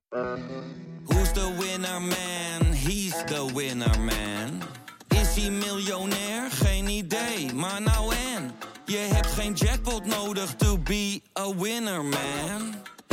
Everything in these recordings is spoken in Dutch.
Who's the winner man? He's the winner man. Is hij miljonair? Geen idee, maar nou en. Je hebt geen jackpot nodig to be a winner man.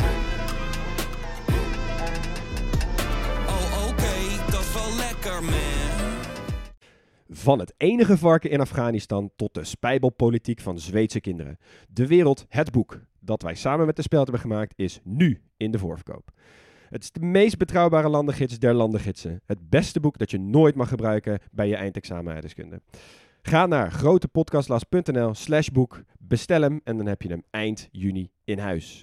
Oh oké, dat is wel lekker man. Van het enige varken in Afghanistan tot de spijbelpolitiek van Zweedse kinderen. De Wereld, het boek dat wij samen met de Speld hebben gemaakt, is nu in de voorverkoop. Het is de meest betrouwbare landengids der landengidsen. Het beste boek dat je nooit mag gebruiken bij je eindexamen aardrijkskunde. Ga naar grotepodcastlas.nl/boek, bestel hem en dan heb je hem eind juni in huis.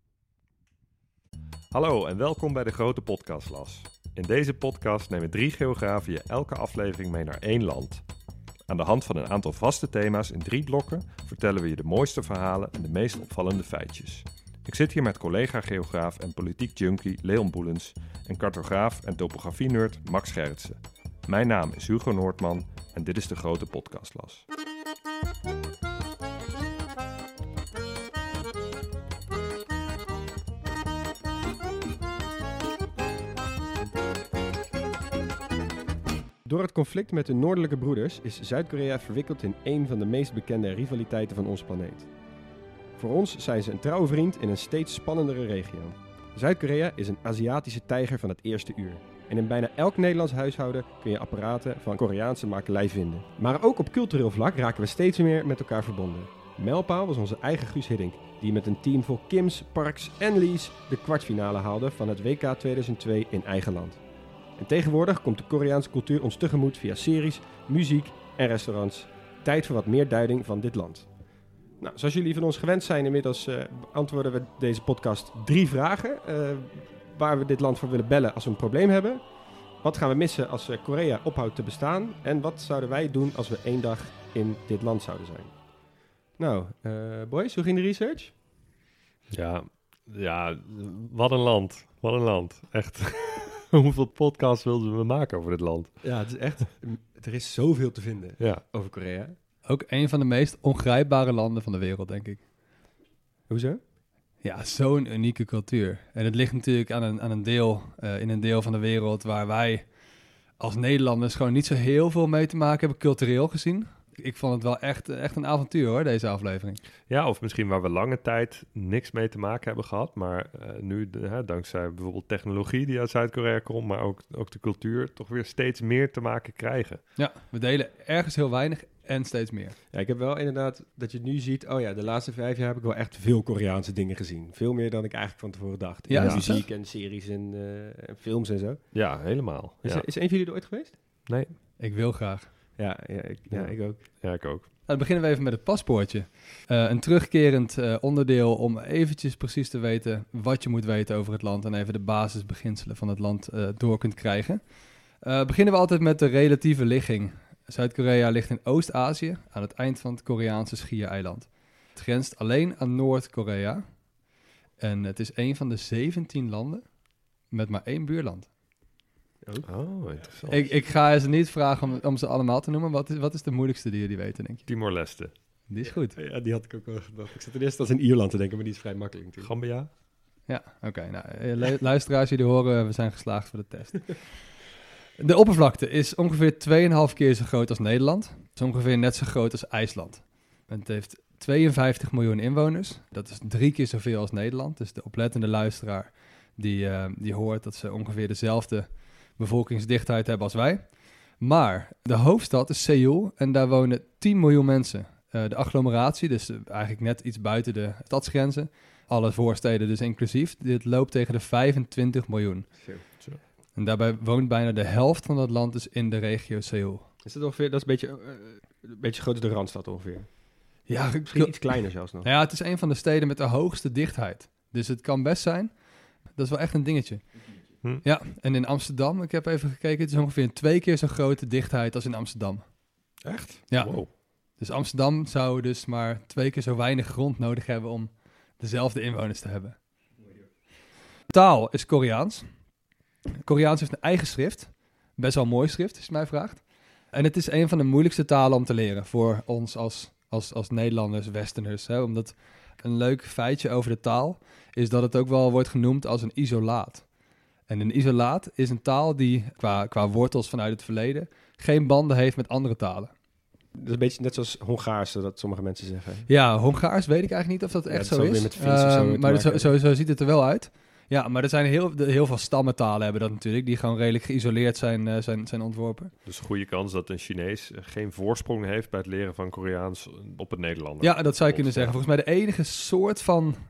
Hallo en welkom bij de Grote Podcastlas. In deze podcast nemen 3 geografen je elke aflevering mee naar 1 land. Aan de hand van een aantal vaste thema's in 3 blokken vertellen we je de mooiste verhalen en de meest opvallende feitjes. Ik zit hier met collega-geograaf en politiek junkie Leon Boelens en cartograaf en topografie-nerd Max Gerritsen. Mijn naam is Hugo Noordman en dit is de Grote Podcastlas. Door het conflict met de noordelijke broeders is Zuid-Korea verwikkeld in een van de meest bekende rivaliteiten van onze planeet. Voor ons zijn ze een trouwe vriend in een steeds spannendere regio. Zuid-Korea is een Aziatische tijger van het eerste uur. En in bijna elk Nederlands huishouden kun je apparaten van Koreaanse makelij vinden. Maar ook op cultureel vlak raken we steeds meer met elkaar verbonden. Mijlpaal was onze eigen Guus Hiddink, die met een team vol Kims, Parks en Lees de kwartfinale haalde van het WK 2002 in eigen land. En tegenwoordig komt de Koreaanse cultuur ons tegemoet via series, muziek en restaurants. Tijd voor wat meer duiding van dit land. Nou, zoals jullie van ons gewend zijn, inmiddels beantwoorden we deze podcast 3 vragen. Waar we dit land voor willen bellen als we een probleem hebben. Wat gaan we missen als Korea ophoudt te bestaan? En wat zouden wij doen als we 1 dag in dit land zouden zijn? Nou, boys, hoe ging de research? Ja, wat een land. Wat een land. Echt. Hoeveel podcasts wilden we maken over dit land? Ja, het is echt... Er is zoveel te vinden over Korea. Ook een van de meest ongrijpbare landen van de wereld, denk ik. Hoezo? Ja, zo'n unieke cultuur. En het ligt natuurlijk aan een deel, in een deel van de wereld waar wij als Nederlanders gewoon niet zo heel veel mee te maken hebben, cultureel gezien. Ik vond het wel echt een avontuur hoor, deze aflevering. Ja, of misschien waar we lange tijd niks mee te maken hebben gehad. Maar nu, dankzij bijvoorbeeld technologie die uit Zuid-Korea komt, maar ook de cultuur, toch weer steeds meer te maken krijgen. Ja, we delen ergens heel weinig en steeds meer. Ja, ik heb wel inderdaad dat je nu ziet, de laatste 5 jaar heb ik wel echt veel Koreaanse dingen gezien. Veel meer dan ik eigenlijk van tevoren dacht. Ja, muziek en series en films en zo. Ja, helemaal. Is een van jullie er ooit geweest? Nee. Ik wil graag. Ja, ik ook. Ja, ik ook. Nou, dan beginnen we even met het paspoortje. Een terugkerend onderdeel om eventjes precies te weten wat je moet weten over het land en even de basisbeginselen van het land door kunt krijgen. Beginnen we altijd met de relatieve ligging. Zuid-Korea ligt in Oost-Azië aan het eind van het Koreaanse schiereiland. Het grenst alleen aan Noord-Korea en het is een van de 17 landen met maar 1 buurland. Oh, interessant. Ik ga ze niet vragen om ze allemaal te noemen. Wat is de moeilijkste die jullie weten, denk je? Timor-Leste. Die is goed. Ja, die had ik ook wel gedacht. Ik zat er eerst als in Ierland te denken, maar die is vrij makkelijk natuurlijk. Gambia? Ja, oké. Nou, luisteraars, jullie horen, we zijn geslaagd voor de test. De oppervlakte is ongeveer 2,5 keer zo groot als Nederland. Het is ongeveer net zo groot als IJsland. Het heeft 52 miljoen inwoners. Dat is 3 keer zoveel als Nederland. Dus de oplettende luisteraar die hoort dat ze ongeveer dezelfde bevolkingsdichtheid hebben als wij. Maar de hoofdstad is Seoul en daar wonen 10 miljoen mensen. De agglomeratie, dus eigenlijk net iets buiten de stadsgrenzen. Alle voorsteden dus inclusief. Dit loopt tegen de 25 miljoen. Zo. En daarbij woont bijna de helft van dat land dus in de regio Seoul. Is dat ongeveer, dat is een beetje groter de Randstad ongeveer? Ja, Misschien iets kleiner zelfs nog. Ja, het is een van de steden met de hoogste dichtheid. Dus het kan best zijn. Dat is wel echt een dingetje. Ja, en in Amsterdam, ik heb even gekeken, het is ongeveer 2 keer zo grote dichtheid als in Amsterdam. Echt? Ja. Wow. Dus Amsterdam zou dus maar 2 keer zo weinig grond nodig hebben om dezelfde inwoners te hebben. Taal is Koreaans. Koreaans heeft een eigen schrift. Best wel een mooi schrift, als je mij vraagt. En het is een van de moeilijkste talen om te leren voor ons als Nederlanders, Westerners. Hè? Omdat een leuk feitje over de taal is dat het ook wel wordt genoemd als een isolaat. En een isolaat is een taal die qua wortels vanuit het verleden geen banden heeft met andere talen. Dat is een beetje net zoals Hongaars, dat sommige mensen zeggen. Ja, Hongaars weet ik eigenlijk niet of dat echt zo is. Weer met Fins of zo maar zo ziet het er wel uit. Ja, maar er zijn heel veel stammentalen hebben dat natuurlijk, die gewoon redelijk geïsoleerd zijn ontworpen. Dus goede kans dat een Chinees geen voorsprong heeft bij het leren van Koreaans op het Nederlands. Ja, dat zou je kunnen zeggen. Volgens mij de enige soort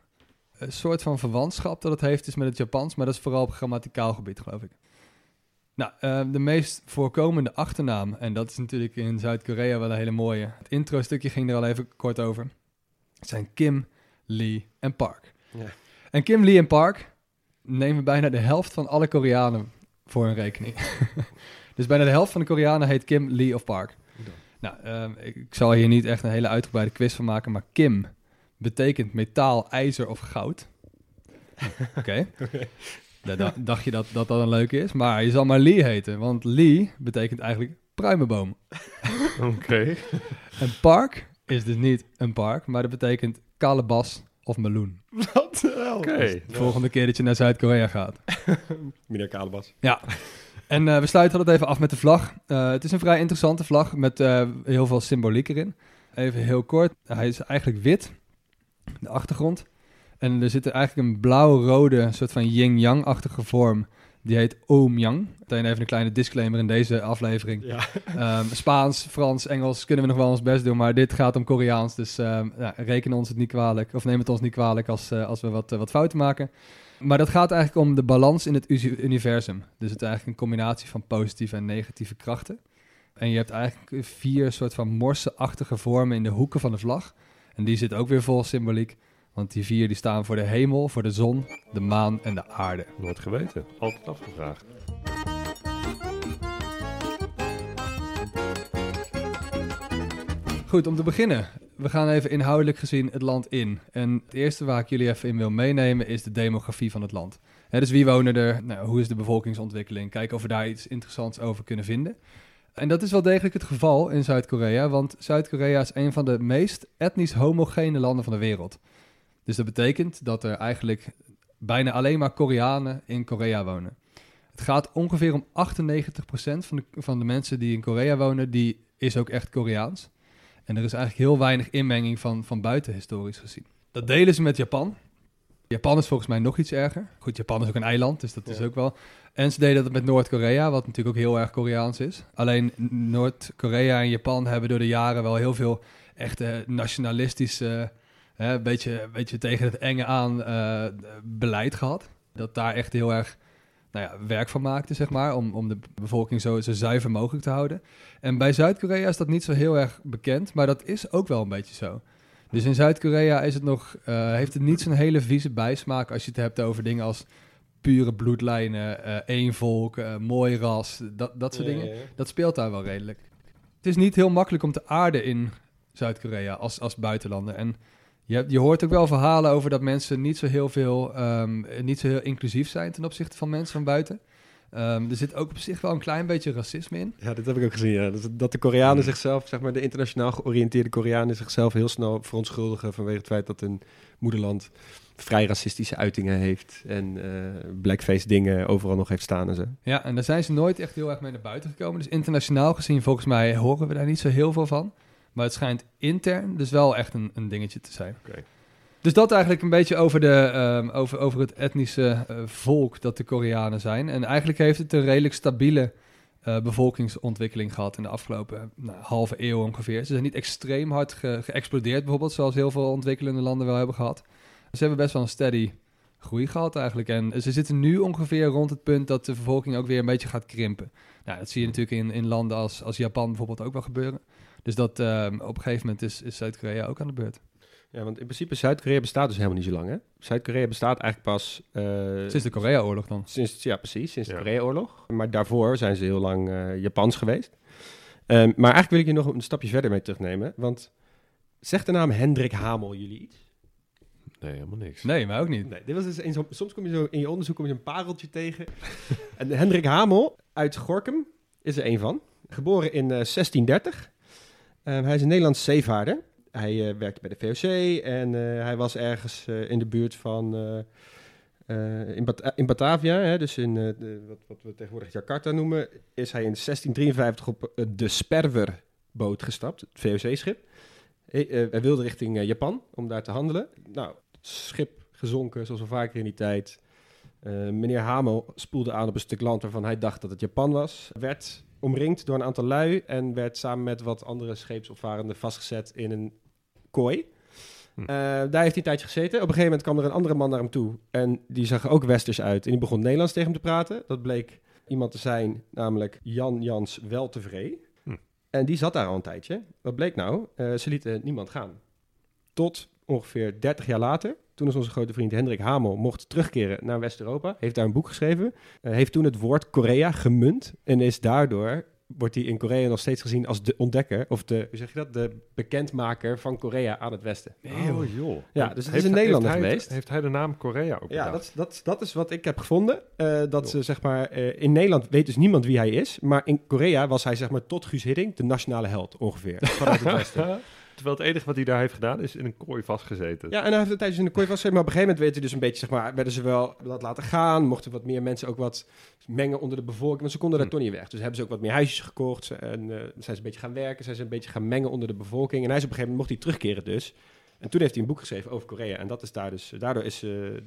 van verwantschap dat het heeft is met het Japans, maar dat is vooral op grammaticaal gebied, geloof ik. Nou, de meest voorkomende achternaam, en dat is natuurlijk in Zuid-Korea wel een hele mooie. Het intro-stukje ging er al even kort over. Het zijn Kim, Lee en Park. Ja. En Kim, Lee en Park nemen bijna de helft van alle Koreanen voor hun rekening. Dus bijna de helft van de Koreanen heet Kim, Lee of Park. Nou, ik zal hier niet echt een hele uitgebreide quiz van maken, maar Kim betekent metaal, ijzer of goud. Oké. Dacht je dat een leuke is? Maar je zal maar Lee heten, want Lee betekent eigenlijk pruimenboom. Oké. En Park is dus niet een park, maar dat betekent kalebas of meloen. Wat de hel? Oké. De volgende keer dat je naar Zuid-Korea gaat. Meneer Kalebas. Ja. En we sluiten het even af met de vlag. Het is een vrij interessante vlag met heel veel symboliek erin. Even heel kort. Hij is eigenlijk wit, de achtergrond. En er zit er eigenlijk een blauw-rode soort van yin-yang-achtige vorm. Die heet Oom-yang. Meteen even een kleine disclaimer in deze aflevering. Ja. Spaans, Frans, Engels kunnen we nog wel ons best doen. Maar dit gaat om Koreaans. Dus reken ons het niet kwalijk. Of neem het ons niet kwalijk als we wat fouten maken. Maar dat gaat eigenlijk om de balans in het universum. Dus het is eigenlijk een combinatie van positieve en negatieve krachten. En je hebt eigenlijk 4 soort van morse-achtige vormen in de hoeken van de vlag. En die zitten ook weer vol symboliek. Want die 4 die staan voor de hemel, voor de zon, de maan en de aarde. Nooit geweten. Altijd afgevraagd. Goed, om te beginnen. We gaan even inhoudelijk gezien het land in. En het eerste waar ik jullie even in wil meenemen is de demografie van het land. Dus wie wonen er? Nou, hoe is de bevolkingsontwikkeling? Kijken of we daar iets interessants over kunnen vinden. En dat is wel degelijk het geval in Zuid-Korea, want Zuid-Korea is een van de meest etnisch homogene landen van de wereld. Dus dat betekent dat er eigenlijk bijna alleen maar Koreanen in Korea wonen. Het gaat ongeveer om 98% van de mensen die in Korea wonen, die is ook echt Koreaans. En er is eigenlijk heel weinig inmenging van buiten historisch gezien. Dat delen ze met Japan. Japan is volgens mij nog iets erger. Goed, Japan is ook een eiland, dus dat is ook wel. En ze deden dat met Noord-Korea, wat natuurlijk ook heel erg Koreaans is. Alleen Noord-Korea en Japan hebben door de jaren wel heel veel echte nationalistische, een beetje tegen het enge aan beleid gehad. Dat daar echt heel erg werk van maakte, zeg maar, om de bevolking zo zuiver mogelijk te houden. En bij Zuid-Korea is dat niet zo heel erg bekend, maar dat is ook wel een beetje zo. Dus in Zuid-Korea is het heeft het niet zo'n hele vieze bijsmaak als je het hebt over dingen als pure bloedlijnen, één volk, mooi ras, dat soort dingen. Ja. Dat speelt daar wel redelijk. Het is niet heel makkelijk om te aarden in Zuid-Korea als buitenlander. En je hoort ook wel verhalen over dat mensen niet zo heel inclusief zijn ten opzichte van mensen van buiten. Er zit ook op zich wel een klein beetje racisme in. Ja, dit heb ik ook gezien. Ja. Dat de Koreanen zichzelf, zeg maar de internationaal georiënteerde Koreanen zichzelf heel snel verontschuldigen vanwege het feit dat hun moederland vrij racistische uitingen heeft en blackface dingen overal nog heeft staan en zo. Ja, en daar zijn ze nooit echt heel erg mee naar buiten gekomen. Dus internationaal gezien, volgens mij, horen we daar niet zo heel veel van. Maar het schijnt intern dus wel echt een dingetje te zijn. Okay. Dus dat eigenlijk een beetje over het etnische volk dat de Koreanen zijn. En eigenlijk heeft het een redelijk stabiele bevolkingsontwikkeling gehad in de afgelopen halve eeuw ongeveer. Ze zijn niet extreem hard geëxplodeerd bijvoorbeeld, zoals heel veel ontwikkelende landen wel hebben gehad. Ze hebben best wel een steady groei gehad eigenlijk. En ze zitten nu ongeveer rond het punt dat de bevolking ook weer een beetje gaat krimpen. Nou, dat zie je natuurlijk in landen als Japan bijvoorbeeld ook wel gebeuren. Dus dat op een gegeven moment is Zuid-Korea ook aan de beurt. Ja, want in principe Zuid-Korea bestaat dus helemaal niet zo lang, hè? Zuid-Korea bestaat eigenlijk pas... sinds de Korea-oorlog dan? Sinds de Korea-oorlog. Maar daarvoor zijn ze heel lang Japans geweest. Maar eigenlijk wil ik je nog een stapje verder mee terugnemen. Want zegt de naam Hendrik Hamel jullie iets? Nee, helemaal niks. Nee, mij ook niet. Nee, dit was dus soms kom je zo in je onderzoek een pareltje tegen. En Hendrik Hamel uit Gorinchem is er een van. Geboren in 1630. Hij is een Nederlands zeevaarder. Hij werkte bij de VOC en hij was ergens in de buurt van In Batavia, hè, dus in wat we tegenwoordig Jakarta noemen, is hij in 1653 op de Sperwerboot gestapt, het VOC-schip. Hij wilde richting Japan om daar te handelen. Nou, het schip gezonken, zoals al vaker in die tijd. Meneer Hamel spoelde aan op een stuk land waarvan hij dacht dat het Japan was. Werd omringd door een aantal lui en werd samen met wat andere scheepsopvarenden vastgezet in een kooi. Daar heeft hij een tijdje gezeten. Op een gegeven moment kwam er een andere man naar hem toe. En die zag er ook westers uit. En die begon Nederlands tegen hem te praten. Dat bleek iemand te zijn, namelijk Jan Jans Weltevree. En die zat daar al een tijdje. Wat bleek nou? Ze lieten niemand gaan. Tot ongeveer 30 jaar later. Toen is onze grote vriend Hendrik Hamel mocht terugkeren naar West-Europa. Heeft daar een boek geschreven. Heeft toen het woord Korea gemunt. En is daardoor... wordt hij in Korea nog steeds gezien als de ontdekker, of de, hoe zeg je dat, de bekendmaker van Korea aan het Westen. Oh joh. Ja, dus het is een Nederlander geweest. Heeft hij de naam Korea ook bedacht? Ja, dat is wat ik heb gevonden. Ze zeg maar, in Nederland weet dus niemand wie hij is, maar in Korea was hij zeg maar tot Guus Hiddink de nationale held ongeveer, vanuit het Westen. Terwijl het enige wat hij daar heeft gedaan is in een kooi vastgezeten. Ja, en hij heeft een tijdje in de kooi vastgezeten, maar op een gegeven moment werd hij dus een beetje, zeg maar, werden ze wel dat laten gaan, mochten wat meer mensen ook wat mengen onder de bevolking, want ze konden daar toch niet weg. Dus hebben ze ook wat meer huisjes gekocht en zijn ze een beetje gaan werken, zijn ze een beetje gaan mengen onder de bevolking. En hij is op een gegeven moment, mocht hij terugkeren dus. En toen heeft hij een boek geschreven over Korea. En dat is daar dus, daardoor is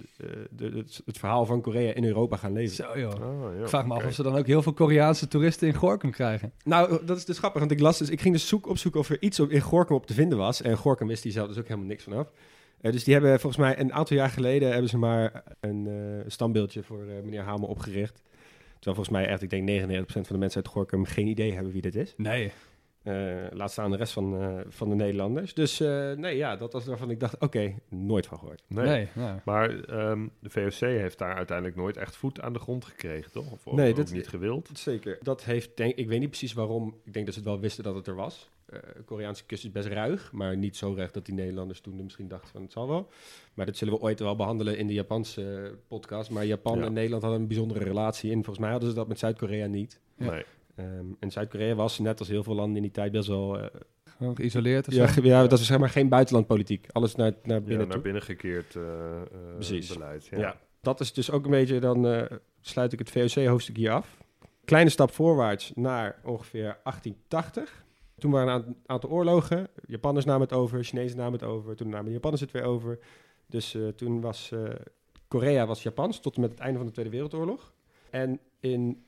het verhaal van Korea in Europa gaan lezen. Zo joh. Ik vraag me af of ze dan ook heel veel Koreaanse toeristen in Gorinchem krijgen. Nou, dat is dus grappig, want ik ging dus opzoeken of er iets in Gorinchem op te vinden was. En Gorinchem wist hij zelf dus ook helemaal niks vanaf. Dus die hebben volgens mij een aantal jaar geleden hebben ze maar een standbeeldje voor meneer Hamel opgericht. Terwijl volgens mij echt, ik denk 99% van de mensen uit Gorinchem geen idee hebben wie dit is. Nee. Laat staan de rest van de Nederlanders. Dus dat was waarvan ik dacht, oké, nooit van gehoord. Nee. Maar de VOC heeft daar uiteindelijk nooit echt voet aan de grond gekregen, toch? Of nee, dat niet gewild? Zeker. Dat heeft, ik weet niet precies waarom. Ik denk dat ze het wel wisten dat het er was. De Koreaanse kust is best ruig, maar niet zo ruig dat die Nederlanders toen misschien dachten van het zal wel. Maar dat zullen we ooit wel behandelen in de Japanse podcast. Maar Japan en Nederland hadden een bijzondere relatie. En volgens mij hadden ze dat met Zuid-Korea niet. Ja. Nee. En Zuid-Korea was, net als heel veel landen in die tijd, best wel... gewoon geïsoleerd of zo? Ja, dat was zeg maar geen buitenlandpolitiek. Alles naar binnen toe. Naar binnen gekeerd beleid. Ja, dat is dus ook een beetje, dan sluit ik het VOC-hoofdstuk hier af. Kleine stap voorwaarts naar ongeveer 1880. Toen waren een aantal oorlogen. Japanners namen het over, Chinezen namen het over. Toen namen de Japanners het weer over. Dus toen was Korea was Japans tot en met het einde van de Tweede Wereldoorlog. En in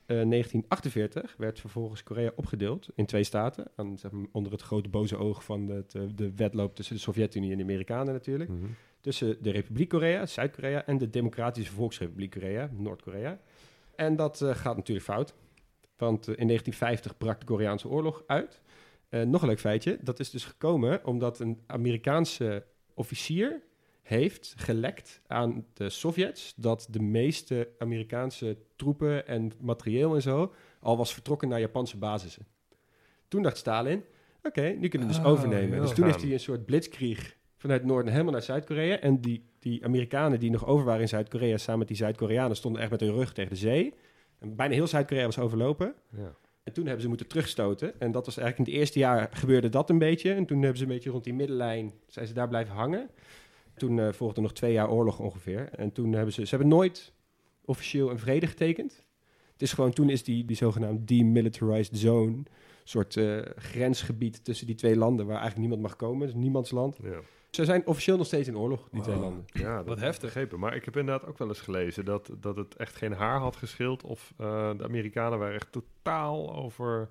1948 werd vervolgens Korea opgedeeld in 2 staten. Zeg maar, onder het grote boze oog van de wedloop tussen de Sovjet-Unie en de Amerikanen natuurlijk. Mm-hmm. Tussen de Republiek Korea, Zuid-Korea en de Democratische Volksrepubliek Korea, Noord-Korea. En dat gaat natuurlijk fout. Want in 1950 brak de Koreaanse oorlog uit. Nog een leuk feitje. Dat is dus gekomen omdat een Amerikaanse officier heeft gelekt aan de Sovjets dat de meeste Amerikaanse troepen en materieel en zo al was vertrokken naar Japanse basissen. Toen dacht Stalin, oké, nu kunnen we dus overnemen. Dus toen heeft hij een soort blitzkrieg vanuit het noorden helemaal naar Zuid-Korea. En die Amerikanen die nog over waren in Zuid-Korea samen met die Zuid-Koreanen stonden echt met hun rug tegen de zee. En bijna heel Zuid-Korea was overlopen. Ja. En toen hebben ze moeten terugstoten. En dat was eigenlijk in het eerste jaar gebeurde dat een beetje. En toen hebben ze een beetje rond die middenlijn, zijn ze daar blijven hangen. Toen volgde nog 2 jaar oorlog ongeveer. En toen hebben ze hebben nooit officieel een vrede getekend. Het is gewoon, toen is die zogenaamd demilitarized zone, een soort grensgebied tussen die 2 landen, waar eigenlijk niemand mag komen. Dus niemands land. Ja. Ze zijn officieel nog steeds in oorlog, die 2 landen. Ja, wat heftig. Begrepen. Maar ik heb inderdaad ook wel eens gelezen dat het echt geen haar had geschild. Of de Amerikanen waren echt totaal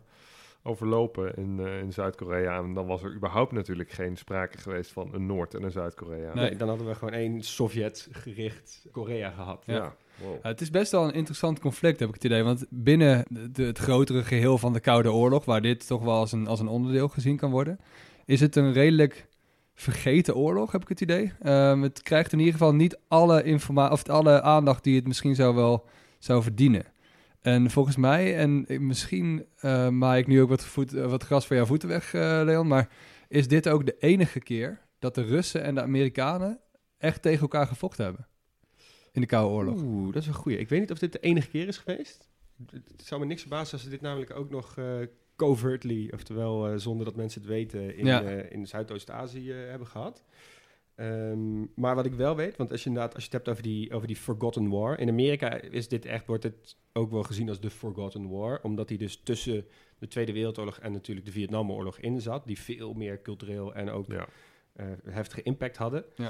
overlopen in Zuid-Korea. En dan was er überhaupt natuurlijk geen sprake geweest van een Noord- en een Zuid-Korea. Nee, dan hadden we gewoon 1 Sovjet-gericht Korea gehad. Ja. Wow. Het is best wel een interessant conflict, heb ik het idee. Want binnen het grotere geheel van de Koude Oorlog, waar dit toch wel als een onderdeel gezien kan worden, is het een redelijk vergeten oorlog, heb ik het idee. Het krijgt in ieder geval niet alle informatie of alle aandacht die het misschien zou verdienen. En volgens mij, en misschien maai ik nu ook wat gras van jouw voeten weg, Leon, maar is dit ook de enige keer dat de Russen en de Amerikanen echt tegen elkaar gevochten hebben in de Koude Oorlog? Oeh, dat is een goeie. Ik weet niet of dit de enige keer is geweest. Het zou me niks verbazen als ze dit namelijk ook nog covertly, oftewel zonder dat mensen het weten, in Zuidoost-Azië hebben gehad. Maar wat ik wel weet, want als je het hebt over die Forgotten War. In Amerika wordt het ook wel gezien als de Forgotten War. Omdat die dus tussen de Tweede Wereldoorlog en natuurlijk de Vietnamoorlog in zat. Die veel meer cultureel en ook heftige impact hadden. Ja.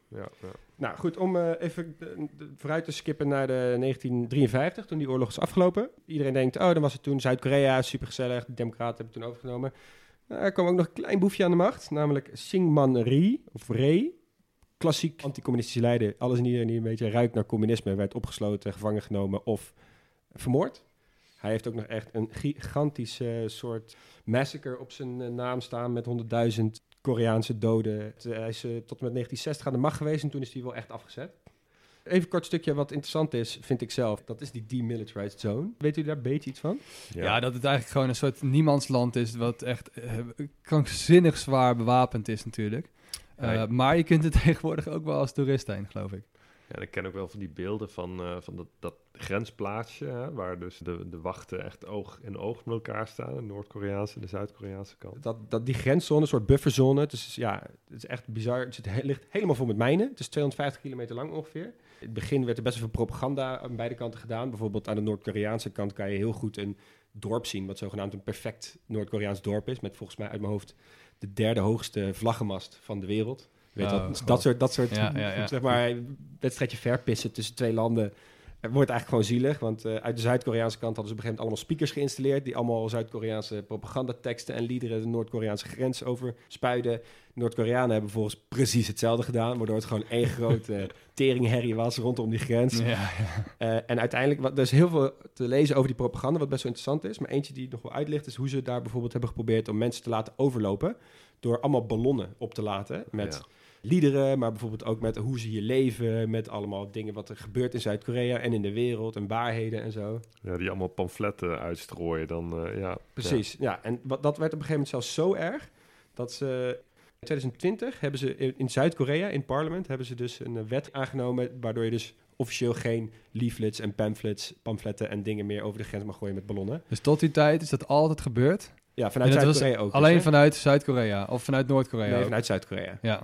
Nou goed, om even vooruit te skippen naar de 1953, toen die oorlog is afgelopen. Iedereen denkt, dan was het toen Zuid-Korea, supergezellig. De democraten hebben het toen overgenomen. Er kwam ook nog een klein boefje aan de macht, namelijk Syngman Rhee. Klassiek anticommunistische leider. Alles en iedereen die een beetje ruikt naar communisme werd opgesloten, gevangen genomen of vermoord. Hij heeft ook nog echt een gigantische soort massacre op zijn naam staan met 100.000 Koreaanse doden. Hij is tot en met 1960 aan de macht geweest en toen is hij wel echt afgezet. Even een kort stukje wat interessant is, vind ik zelf. Dat is die demilitarized zone. Weet u daar een beetje iets van? Ja, dat het eigenlijk gewoon een soort niemandsland is wat echt krankzinnig zwaar bewapend is natuurlijk. Maar je kunt er tegenwoordig ook wel als toerist heen, geloof ik. Ja, ik ken ook wel van die beelden van dat grensplaatsje, hè, waar dus de wachten echt oog in oog met elkaar staan, de Noord-Koreaanse en de Zuid-Koreaanse kant. Dat die grenszone, een soort bufferzone, het is echt bizar. Het ligt helemaal vol met mijnen. Het is 250 kilometer lang ongeveer. In het begin werd er best wel veel propaganda aan beide kanten gedaan. Bijvoorbeeld aan de Noord-Koreaanse kant kan je heel goed een dorp zien, wat zogenaamd een perfect Noord-Koreaans dorp is, met volgens mij uit mijn hoofd de derde hoogste vlaggenmast van de wereld. Dat soort zeg maar, wedstrijdje verpissen tussen twee landen wordt eigenlijk gewoon zielig. Want uit de Zuid-Koreaanse kant hadden ze op een gegeven moment allemaal speakers geïnstalleerd die allemaal Zuid-Koreaanse propagandateksten en liederen de Noord-Koreaanse grens over spuiden. Noord-Koreanen hebben volgens precies hetzelfde gedaan, waardoor het gewoon één grote teringherrie was rondom die grens. En uiteindelijk, er is heel veel te lezen over die propaganda, wat best wel interessant is. Maar eentje die nog wel uitlicht is hoe ze daar bijvoorbeeld hebben geprobeerd om mensen te laten overlopen door allemaal ballonnen op te laten met liederen, maar bijvoorbeeld ook met hoe ze hier leven, met allemaal dingen wat er gebeurt in Zuid-Korea en in de wereld en waarheden en zo. Ja, die allemaal pamfletten uitstrooien dan, Precies, en dat werd op een gegeven moment zelfs zo erg dat ze in 2020 hebben ze in Zuid-Korea, in het parlement, hebben ze dus een wet aangenomen waardoor je dus officieel geen leaflets en pamfletten en dingen meer over de grens mag gooien met ballonnen. Dus tot die tijd is dat altijd gebeurd? Ja, vanuit Zuid-Korea ook. Alleen dus, vanuit Zuid-Korea of vanuit Noord-Korea? Nee, vanuit Zuid-Korea. Ja,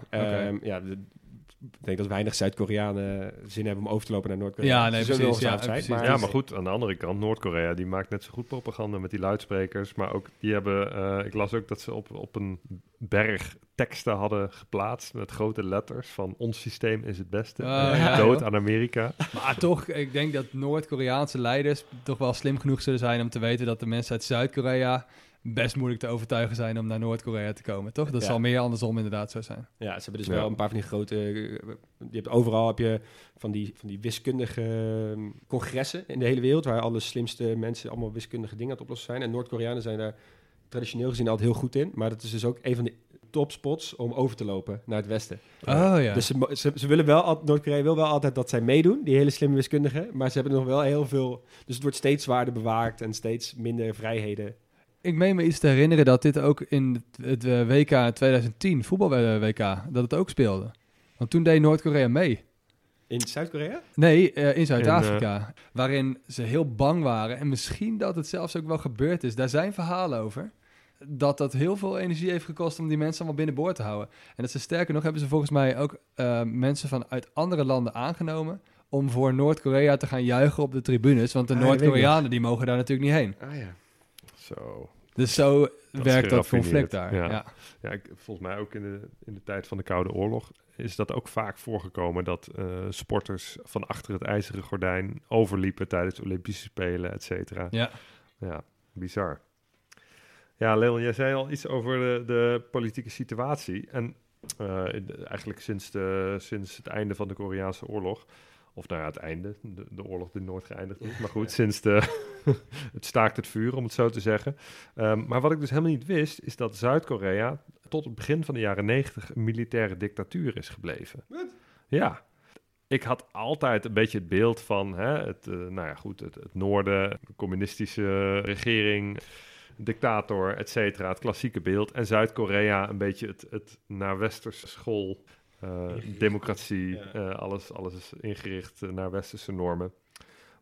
ik denk dat weinig Zuid-Koreanen zin hebben om over te lopen naar Noord-Korea. Ja, nee, precies. Maar goed, aan de andere kant, Noord-Korea, die maakt net zo goed propaganda met die luidsprekers. Maar ook, die hebben, ik las ook dat ze op een berg teksten hadden geplaatst met grote letters van ons systeem is het beste. Dood aan Amerika. Maar toch, ik denk dat Noord-Koreaanse leiders toch wel slim genoeg zullen zijn om te weten dat de mensen uit Zuid-Korea best moeilijk te overtuigen zijn om naar Noord-Korea te komen, toch? Dat zal meer andersom inderdaad zo zijn. Ja, ze hebben dus wel een paar van die grote... Overal heb je van die wiskundige congressen in de hele wereld, waar alle slimste mensen allemaal wiskundige dingen aan het oplossen zijn. En Noord-Koreanen zijn daar traditioneel gezien altijd heel goed in. Maar dat is dus ook een van de topspots om over te lopen naar het westen. Dus ze willen wel, Noord-Korea wil wel altijd dat zij meedoen, die hele slimme wiskundigen. Maar ze hebben nog wel heel veel... Dus het wordt steeds zwaarder bewaakt en steeds minder vrijheden. Ik meen me iets te herinneren dat dit ook in het WK 2010, voetbal-WK, dat het ook speelde. Want toen deed Noord-Korea mee. In Zuid-Korea? Nee, in Zuid-Afrika. Waarin ze heel bang waren. En misschien dat het zelfs ook wel gebeurd is. Daar zijn verhalen over. Dat heel veel energie heeft gekost om die mensen allemaal binnenboord te houden. En dat ze sterker nog, hebben ze volgens mij ook mensen vanuit andere landen aangenomen om voor Noord-Korea te gaan juichen op de tribunes. Want de Noord-Koreanen die mogen daar natuurlijk niet heen. Zo. Dus zo werkt dat conflict daar. Ja, volgens mij ook in de tijd van de Koude Oorlog is dat ook vaak voorgekomen dat sporters van achter het ijzeren gordijn overliepen tijdens de Olympische Spelen, et cetera. Ja, bizar. Ja, Leon, jij zei al iets over de politieke situatie. En eigenlijk sinds het einde van de Koreaanse oorlog, of nou ja, het einde, de oorlog die nooit geëindigd is. Maar goed, sinds het staakt het vuur, om het zo te zeggen. Maar wat ik dus helemaal niet wist, is dat Zuid-Korea tot het begin van de jaren 90 een militaire dictatuur is gebleven. Wat? Ja. Ik had altijd een beetje het beeld van het noorden, de communistische regering, dictator, et cetera, het klassieke beeld. En Zuid-Korea een beetje het naar westerse school, democratie, alles is ingericht naar westerse normen.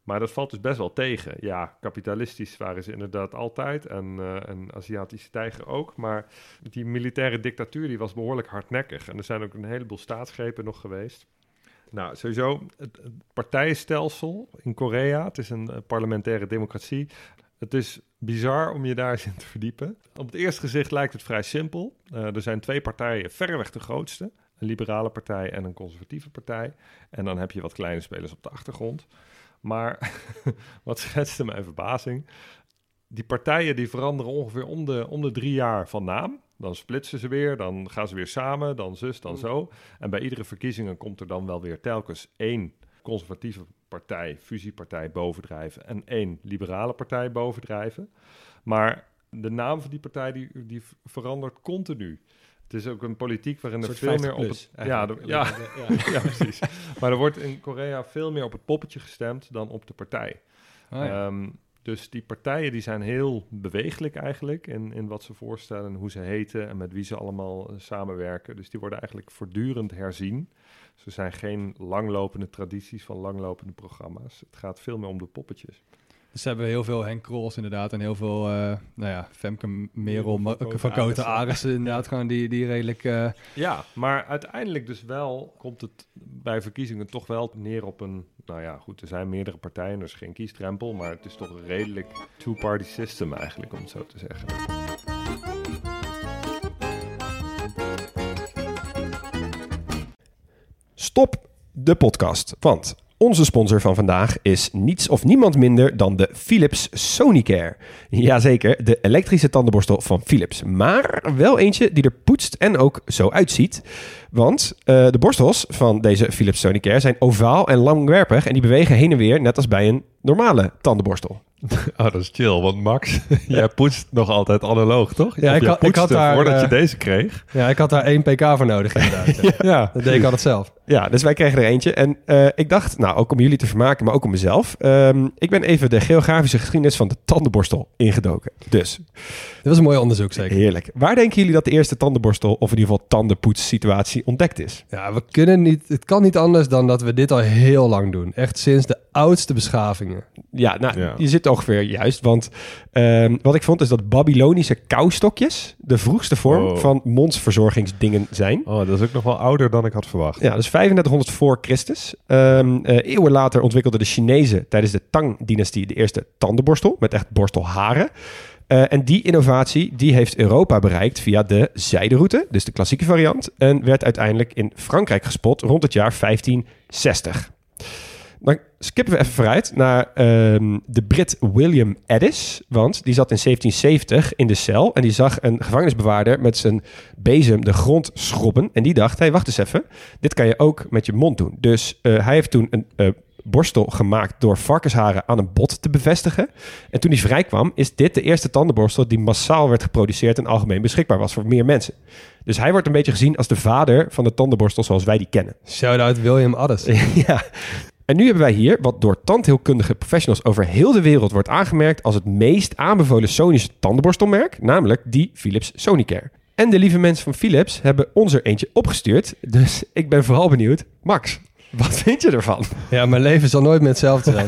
Maar dat valt dus best wel tegen. Ja, kapitalistisch waren ze inderdaad altijd en Aziatische tijger ook. Maar die militaire dictatuur die was behoorlijk hardnekkig. En er zijn ook een heleboel staatsgrepen nog geweest. Nou, sowieso het partijenstelsel in Korea. Het is een parlementaire democratie. Het is bizar om je daar eens in te verdiepen. Op het eerste gezicht lijkt het vrij simpel. Er zijn 2 partijen, verreweg de grootste. Een liberale partij en een conservatieve partij. En dan heb je wat kleine spelers op de achtergrond. Maar wat schetste mijn verbazing. Die partijen die veranderen ongeveer om de 3 jaar van naam. Dan splitsen ze weer, dan gaan ze weer samen, dan zus, dan zo. En bij iedere verkiezingen komt er dan wel weer telkens 1 conservatieve partij, fusiepartij bovendrijven en 1 liberale partij bovendrijven. Maar de naam van die partij die verandert continu. Het is ook een politiek waarin er veel meer op het... Ja, precies. Maar er wordt in Korea veel meer op het poppetje gestemd dan op de partij. Oh, ja. Dus die partijen die zijn heel bewegelijk eigenlijk in wat ze voorstellen, hoe ze heten en met wie ze allemaal samenwerken. Dus die worden eigenlijk voortdurend herzien. Dus er zijn geen langlopende tradities van langlopende programma's. Het gaat veel meer om de poppetjes. Dus ze hebben heel veel Henk Krols inderdaad en heel veel, Femke Merel, Van Koten Arissen inderdaad, gewoon die redelijk... Ja, maar uiteindelijk dus wel komt het bij verkiezingen toch wel neer op een... Nou ja, goed, er zijn meerdere partijen, dus geen kiesdrempel, maar het is toch een redelijk two-party system eigenlijk, om het zo te zeggen. Stop de podcast, want onze sponsor van vandaag is niets of niemand minder dan de Philips Sonicare. Jazeker, de elektrische tandenborstel van Philips. Maar wel eentje die er poetst en ook zo uitziet. Want de borstels van deze Philips Sonicare zijn ovaal en langwerpig en die bewegen heen en weer net als bij een normale tandenborstel. Oh, dat is chill, want Max, jij poetst nog altijd analoog, toch? Ja, ik had daar... Voordat je deze kreeg. Ja, ik had daar 1 pk voor nodig inderdaad. Ja. Dat deed ik altijd zelf. Ja, dus wij kregen er eentje. En ik dacht, nou, ook om jullie te vermaken, maar ook om mezelf. Ik ben even de geografische geschiedenis van de tandenborstel ingedoken. Dus. Dat was een mooi onderzoek, zeker. Heerlijk. Waar denken jullie dat de eerste tandenborstel, of in ieder geval tandenpoetssituatie, ontdekt is? Ja, het kan niet anders dan dat we dit al heel lang doen. Echt sinds de oudste beschavingen. Ja, je zit ongeveer juist. Want wat ik vond is dat Babylonische kaustokjes de vroegste vorm van mondsverzorgingsdingen zijn. Oh, dat is ook nog wel ouder dan ik had verwacht. Ja, dus 3500 voor Christus. Eeuwen later ontwikkelden de Chinezen tijdens de Tang-dynastie de eerste tandenborstel met echt borstelharen. En die innovatie die heeft Europa bereikt via de zijderoute, dus de klassieke variant, en werd uiteindelijk in Frankrijk gespot rond het jaar 1560. Dan skippen we even vooruit naar de Brit William Addis, want die zat in 1770 in de cel en die zag een gevangenisbewaarder met zijn bezem de grond schrobben en die dacht, hey, wacht eens even, dit kan je ook met je mond doen. Dus hij heeft toen een borstel gemaakt door varkensharen aan een bot te bevestigen. En toen hij vrijkwam, is dit de eerste tandenborstel die massaal werd geproduceerd en algemeen beschikbaar was voor meer mensen. Dus hij wordt een beetje gezien als de vader van de tandenborstel zoals wij die kennen. Shout-out William Addis. Ja. En nu hebben wij hier wat door tandheelkundige professionals over heel de wereld wordt aangemerkt als het meest aanbevolen Sonische tandenborstelmerk, namelijk die Philips Sonicare. En de lieve mensen van Philips hebben ons er eentje opgestuurd, dus ik ben vooral benieuwd. Max, wat vind je ervan? Ja, mijn leven zal nooit meer hetzelfde zijn.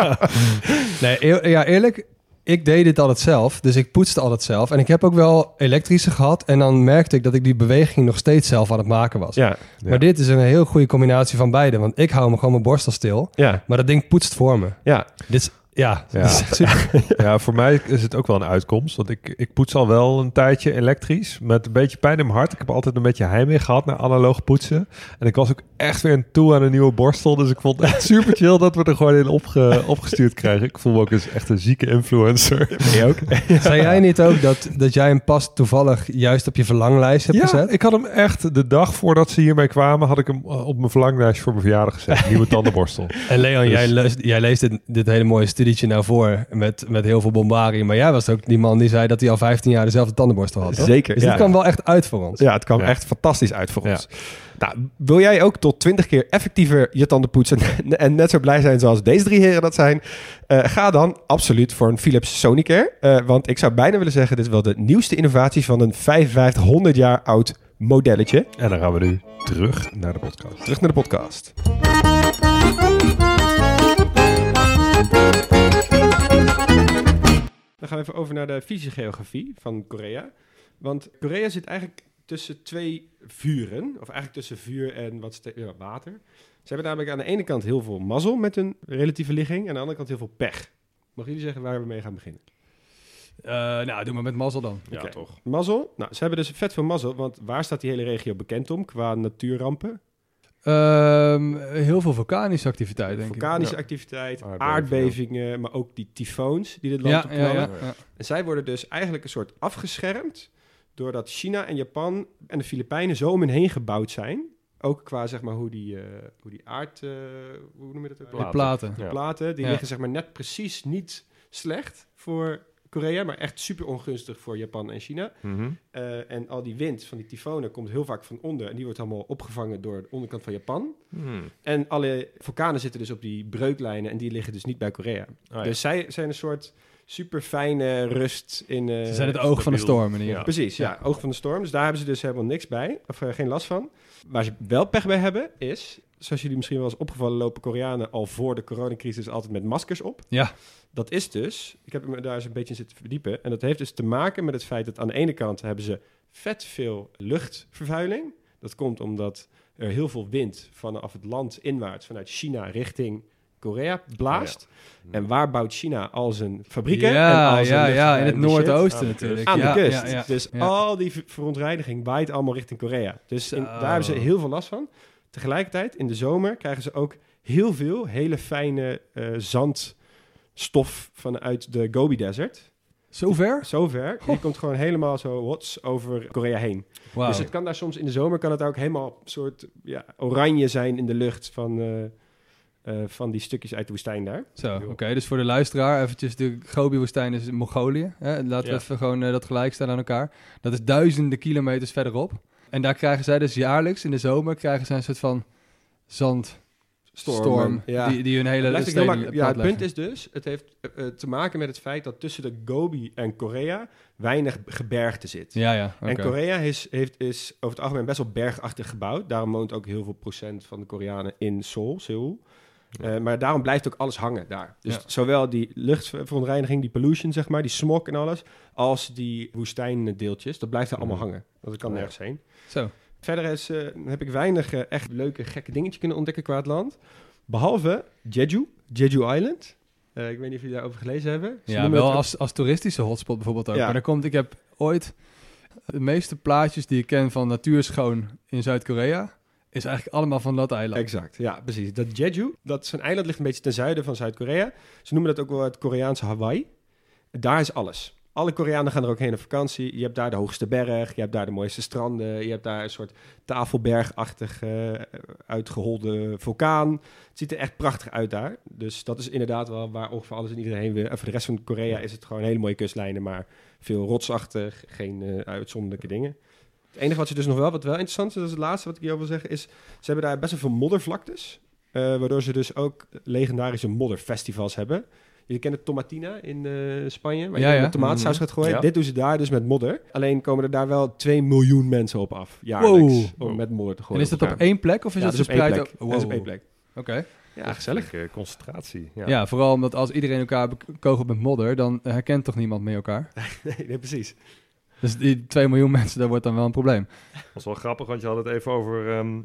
Nee, eerlijk, ik deed dit altijd zelf, dus ik poetste altijd zelf. En ik heb ook wel elektrische gehad en dan merkte ik dat ik die beweging nog steeds zelf aan het maken was. Ja. Maar dit is een heel goede combinatie van beide, want ik hou me gewoon mijn borstel stil, maar dat ding poetst voor me. Ja. Dit is... Ja. Ja, voor mij is het ook wel een uitkomst. Want ik poets al wel een tijdje elektrisch. Met een beetje pijn in mijn hart. Ik heb altijd een beetje heimwee gehad naar analoog poetsen. En ik was ook echt weer toe aan een nieuwe borstel. Dus ik vond het echt super chill dat we er gewoon in opgestuurd krijgen. Ik voel me ook echt een zieke influencer. Ben je ook? Zei jij niet ook dat jij hem pas toevallig juist op je verlanglijst hebt gezet? Ik had hem echt de dag voordat ze hiermee kwamen, had ik hem op mijn verlanglijst voor mijn verjaardag gezet. Nieuwe tandenborstel. En Leon, jij leest dit hele mooie studietje nou voor met heel veel bombarie. Maar jij was ook die man die zei dat hij al 15 jaar dezelfde tandenborstel had, toch? Zeker. Dus dit kwam wel echt uit voor ons. Ja, het kwam echt fantastisch uit voor ons. Nou, wil jij ook tot 20 keer effectiever je tanden poetsen en net zo blij zijn zoals deze 3 heren dat zijn? Ga dan absoluut voor een Philips Sonicare. Want ik zou bijna willen zeggen, dit is wel de nieuwste innovatie van een 5500 jaar oud modelletje. En dan gaan we nu terug naar de podcast. Terug naar de podcast. Dan gaan we even over naar de fysiegeografie van Korea. Want Korea zit eigenlijk tussen 2 vuren. Of eigenlijk tussen vuur en water. Ze hebben namelijk aan de ene kant heel veel mazzel met hun relatieve ligging. En aan de andere kant heel veel pech. Mogen jullie zeggen waar we mee gaan beginnen? Doe maar met mazzel dan. Ja, Oké. toch. Mazzel. Nou, ze hebben dus vet veel mazzel. Want waar staat die hele regio bekend om qua natuurrampen? Heel veel vulkanische activiteit, denk Vulkanische Ja. activiteit, Aardbevingen. aardbevingen, maar ook die tyfoons die dit land ik. opknallen. Ja. En zij worden dus eigenlijk een soort afgeschermd doordat China en Japan en de Filipijnen zo om hen heen gebouwd zijn. Ook qua zeg maar hoe die aard... hoe noem je dat ook? De platen. Ja. Platen, die Ja. liggen zeg maar net precies niet slecht voor Korea, maar echt super ongunstig voor Japan en China. Mhm. En al die wind van die tyfonen komt heel vaak van onder en die wordt allemaal opgevangen door de onderkant van Japan. Hmm. En alle vulkanen zitten dus op die breuklijnen en die liggen dus niet bij Korea. Oh, ja. Dus zij zijn een soort super fijne rust in... Ze zijn het oog van de storm in ieder geval. Precies, ja. Oog van de storm. Dus daar hebben ze dus helemaal niks bij. Of geen last van. Waar ze wel pech bij hebben is... Zoals jullie misschien wel eens opgevallen, lopen Koreanen al voor de coronacrisis altijd met maskers op. Ja. Dat is dus... Ik heb me daar eens een beetje in zitten verdiepen. En dat heeft dus te maken met het feit dat aan de ene kant hebben ze vet veel luchtvervuiling. Dat komt omdat er heel veel wind vanaf het land inwaarts, vanuit China richting Korea blaast. En waar bouwt China al zijn fabrieken? en al zijn in het luchtvervuilende shit? noordoosten Aan de natuurlijk. Aan Ja, de kust. ja, ja. Dus Ja. al die verontreiniging waait allemaal richting Korea. Dus Zo. daar hebben ze heel veel last van. Tegelijkertijd, in de zomer krijgen ze ook heel veel hele fijne zandstof vanuit de Gobi Desert. Zover? Zover. Die komt gewoon helemaal zo hots over Korea heen. Wauw. Dus het kan daar soms in de zomer kan het ook helemaal soort oranje zijn in de lucht van die stukjes uit de woestijn daar. Zo, oké. Dus voor de luisteraar, eventjes, de Gobi-woestijn is Mongolië. Hè? Laten we even gewoon dat gelijk stellen aan elkaar. Dat is duizenden kilometers verderop. En daar krijgen zij dus jaarlijks, in de zomer, krijgen zij een soort van zandstorm. Ja. Die hun hele Blijft ook steden heel makkelijk. Ja, het platleggen. punt is dus, het heeft te maken met het feit dat tussen de Gobi en Korea weinig gebergte zit. Ja, oké. En Korea is over het algemeen best wel bergachtig gebouwd. Daarom woont ook heel veel procent van de Koreanen in Seoul. Maar daarom blijft ook alles hangen daar. Dus Ja. zowel die luchtverontreiniging, die pollution, zeg maar, die smog en alles, als die woestijndeeltjes, dat blijft er allemaal hangen. Want dat kan Ja. nergens heen. Zo. Verder heb ik weinig echt leuke, gekke dingetjes kunnen ontdekken qua het land. Behalve Jeju Island. Ik weet niet of jullie daarover gelezen hebben. Ze Ja, noemen wel het als toeristische hotspot bijvoorbeeld ook. Ja. Maar ik heb ooit de meeste plaatjes die ik ken van natuurschoon in Zuid-Korea, is eigenlijk allemaal van dat eiland. Exact, ja, precies. Dat Jeju, dat is een eiland, ligt een beetje ten zuiden van Zuid-Korea. Ze noemen dat ook wel het Koreaanse Hawaii. Daar is alles. Alle Koreanen gaan er ook heen op vakantie. Je hebt daar de hoogste berg, je hebt daar de mooiste stranden, je hebt daar een soort tafelbergachtig uitgeholde vulkaan. Het ziet er echt prachtig uit daar. Dus dat is inderdaad wel waar ongeveer alles en iedereen heen wil. En voor de rest van Korea is het gewoon hele mooie kustlijnen, maar veel rotsachtig, geen uitzonderlijke dingen. Het enige wat wel interessant is, dat is het laatste wat ik hierover wil zeggen, is ze hebben daar best wel veel moddervlaktes. Waardoor ze dus ook legendarische modderfestivals hebben. Je kent het Tomatina in Spanje, waar je met tomatensaus gaat gooien. Ja. Dit doen ze daar dus met modder. Alleen komen er daar wel 2 miljoen mensen op af, jaarlijks, Wow. om met modder te En gooien. is dat op elkaar. één plek of is Ja, dat dat is op één verspreid? plek. Dat is op één plek. Oké. Ja, gezellig. Concentratie. Ja. Ja, vooral omdat als iedereen elkaar bekogelt met modder, dan herkent toch niemand meer elkaar. Nee, precies. Dus die 2 miljoen mensen, dat wordt dan wel een probleem. Dat is wel grappig, want je had het even over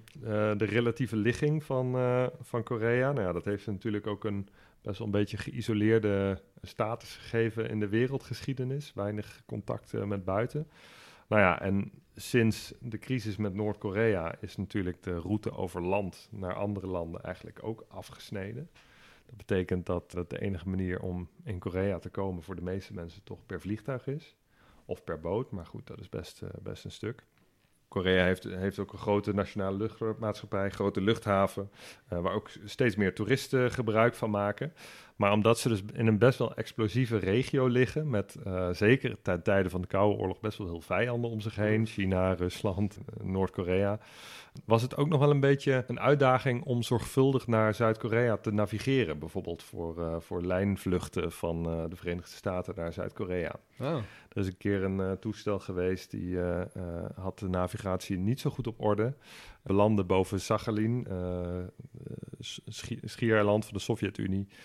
de relatieve ligging van Korea. Nou ja, dat heeft natuurlijk ook een best wel een beetje geïsoleerde status gegeven in de wereldgeschiedenis. Weinig contact met buiten. Nou ja, en sinds de crisis met Noord-Korea is natuurlijk de route over land naar andere landen eigenlijk ook afgesneden. Dat betekent dat het de enige manier om in Korea te komen voor de meeste mensen toch per vliegtuig is. Of per boot, maar goed, dat is best een stuk. Korea heeft ook een grote nationale luchtvaartmaatschappij, grote luchthaven, waar ook steeds meer toeristen gebruik van maken. Maar omdat ze dus in een best wel explosieve regio liggen, met zeker ten tijde van de Koude Oorlog best wel heel vijanden om zich heen, China, Rusland, Noord-Korea, was het ook nog wel een beetje een uitdaging om zorgvuldig naar Zuid-Korea te navigeren. Bijvoorbeeld voor lijnvluchten van de Verenigde Staten naar Zuid-Korea. Oh. Er is een keer een toestel geweest die had de navigatie niet zo goed op orde. We landden boven Sakhalin, schiereiland van de Sovjet-Unie.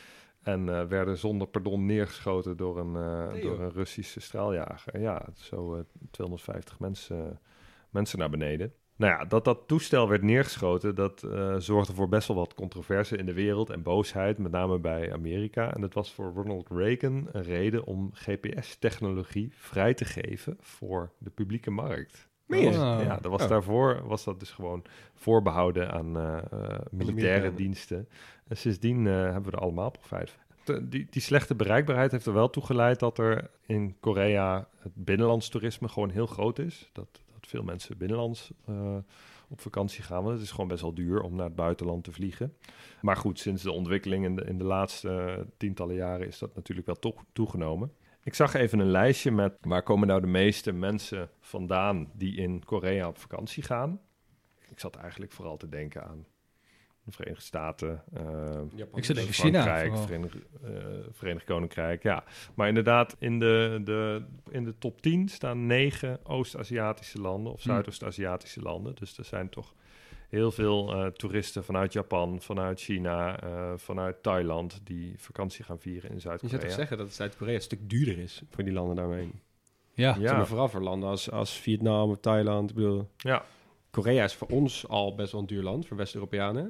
En werden zonder pardon neergeschoten door een Russische straaljager. Ja, zo 250 mensen naar beneden. Nou ja, dat toestel werd neergeschoten, dat zorgde voor best wel wat controverse in de wereld en boosheid, met name bij Amerika. En dat was voor Ronald Reagan een reden om GPS-technologie vrij te geven voor de publieke markt. Ja, daarvoor was dat dus gewoon voorbehouden aan militaire diensten. En sindsdien hebben we er allemaal profijt van. Die slechte bereikbaarheid heeft er wel toe geleid dat er in Korea het binnenlands toerisme gewoon heel groot is. Dat veel mensen binnenlands op vakantie gaan. Want het is gewoon best wel duur om naar het buitenland te vliegen. Maar goed, sinds de ontwikkeling in de laatste tientallen jaren is dat natuurlijk wel toegenomen. Ik zag even een lijstje met waar komen nou de meeste mensen vandaan die in Korea op vakantie gaan. Ik zat eigenlijk vooral te denken aan de Verenigde Staten, ik zit in Frankrijk, China, Verenigd Koninkrijk. Ja, maar inderdaad, in de top 10 staan 9 Oost-Aziatische landen of Zuidoost-Aziatische landen. Dus er zijn toch heel veel toeristen vanuit Japan, vanuit China, vanuit Thailand die vakantie gaan vieren in Zuid-Korea. Je zou toch zeggen dat Zuid-Korea een stuk duurder is voor die landen daarmee. Ja. Zeg maar vooral voor landen als Vietnam of Thailand. Ik bedoel, Korea is voor ons al best wel een duur land, voor West-Europeanen.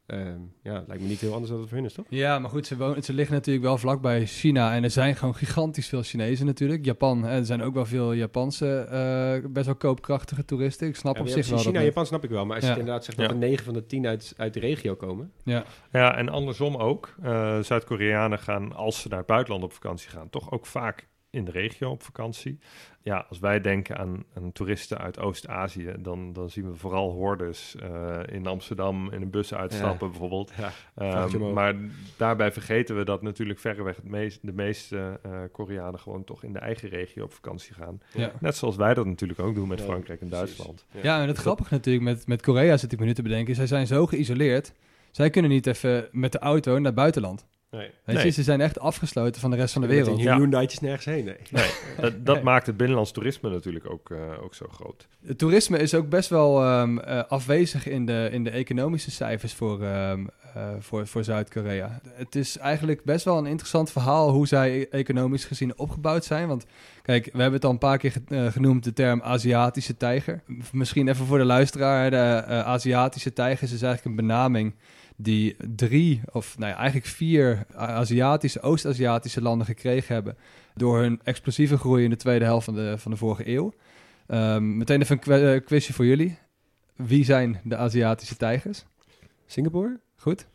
Het lijkt me niet heel anders dan het voor hun is, toch? Ja, maar goed, ze liggen natuurlijk wel vlakbij China. En er zijn gewoon gigantisch veel Chinezen natuurlijk. Japan, er zijn ook wel veel Japanse, best wel koopkrachtige toeristen. Ik snap op zich wel China dat... en Japan snap ik wel. Maar als je inderdaad zegt dat er 9 van de 10 uit de regio komen. Ja, en andersom ook. Zuid-Koreanen gaan, als ze naar het buitenland op vakantie gaan, toch ook vaak in de regio op vakantie. Ja, als wij denken aan toeristen uit Oost-Azië, dan zien we vooral hordes in Amsterdam in een bus uitstappen bijvoorbeeld. Ja, maar daarbij vergeten we dat natuurlijk verreweg de meeste Koreanen gewoon toch in de eigen regio op vakantie gaan. Ja. Net zoals wij dat natuurlijk ook doen met Frankrijk en Duitsland. Ja, en het grappige natuurlijk met Korea zit ik me nu te bedenken, zij zijn zo geïsoleerd, zij kunnen niet even met de auto naar het buitenland. Nee. Ze zijn echt afgesloten van de rest van de wereld. Met een Hyundai'tjes nergens heen. Dat maakt het binnenlands toerisme natuurlijk ook zo groot. Het toerisme is ook best wel afwezig in de economische cijfers voor Zuid-Korea. Het is eigenlijk best wel een interessant verhaal hoe zij economisch gezien opgebouwd zijn. Want kijk, we hebben het al een paar keer genoemd, de term Aziatische tijger. Misschien even voor de luisteraar, de Aziatische tijger is eigenlijk een benaming die 4 Oost-Aziatische landen gekregen hebben door hun explosieve groei in de tweede helft van de vorige eeuw. Meteen even een quizje voor jullie. Wie zijn de Aziatische tijgers? Singapore? Goed.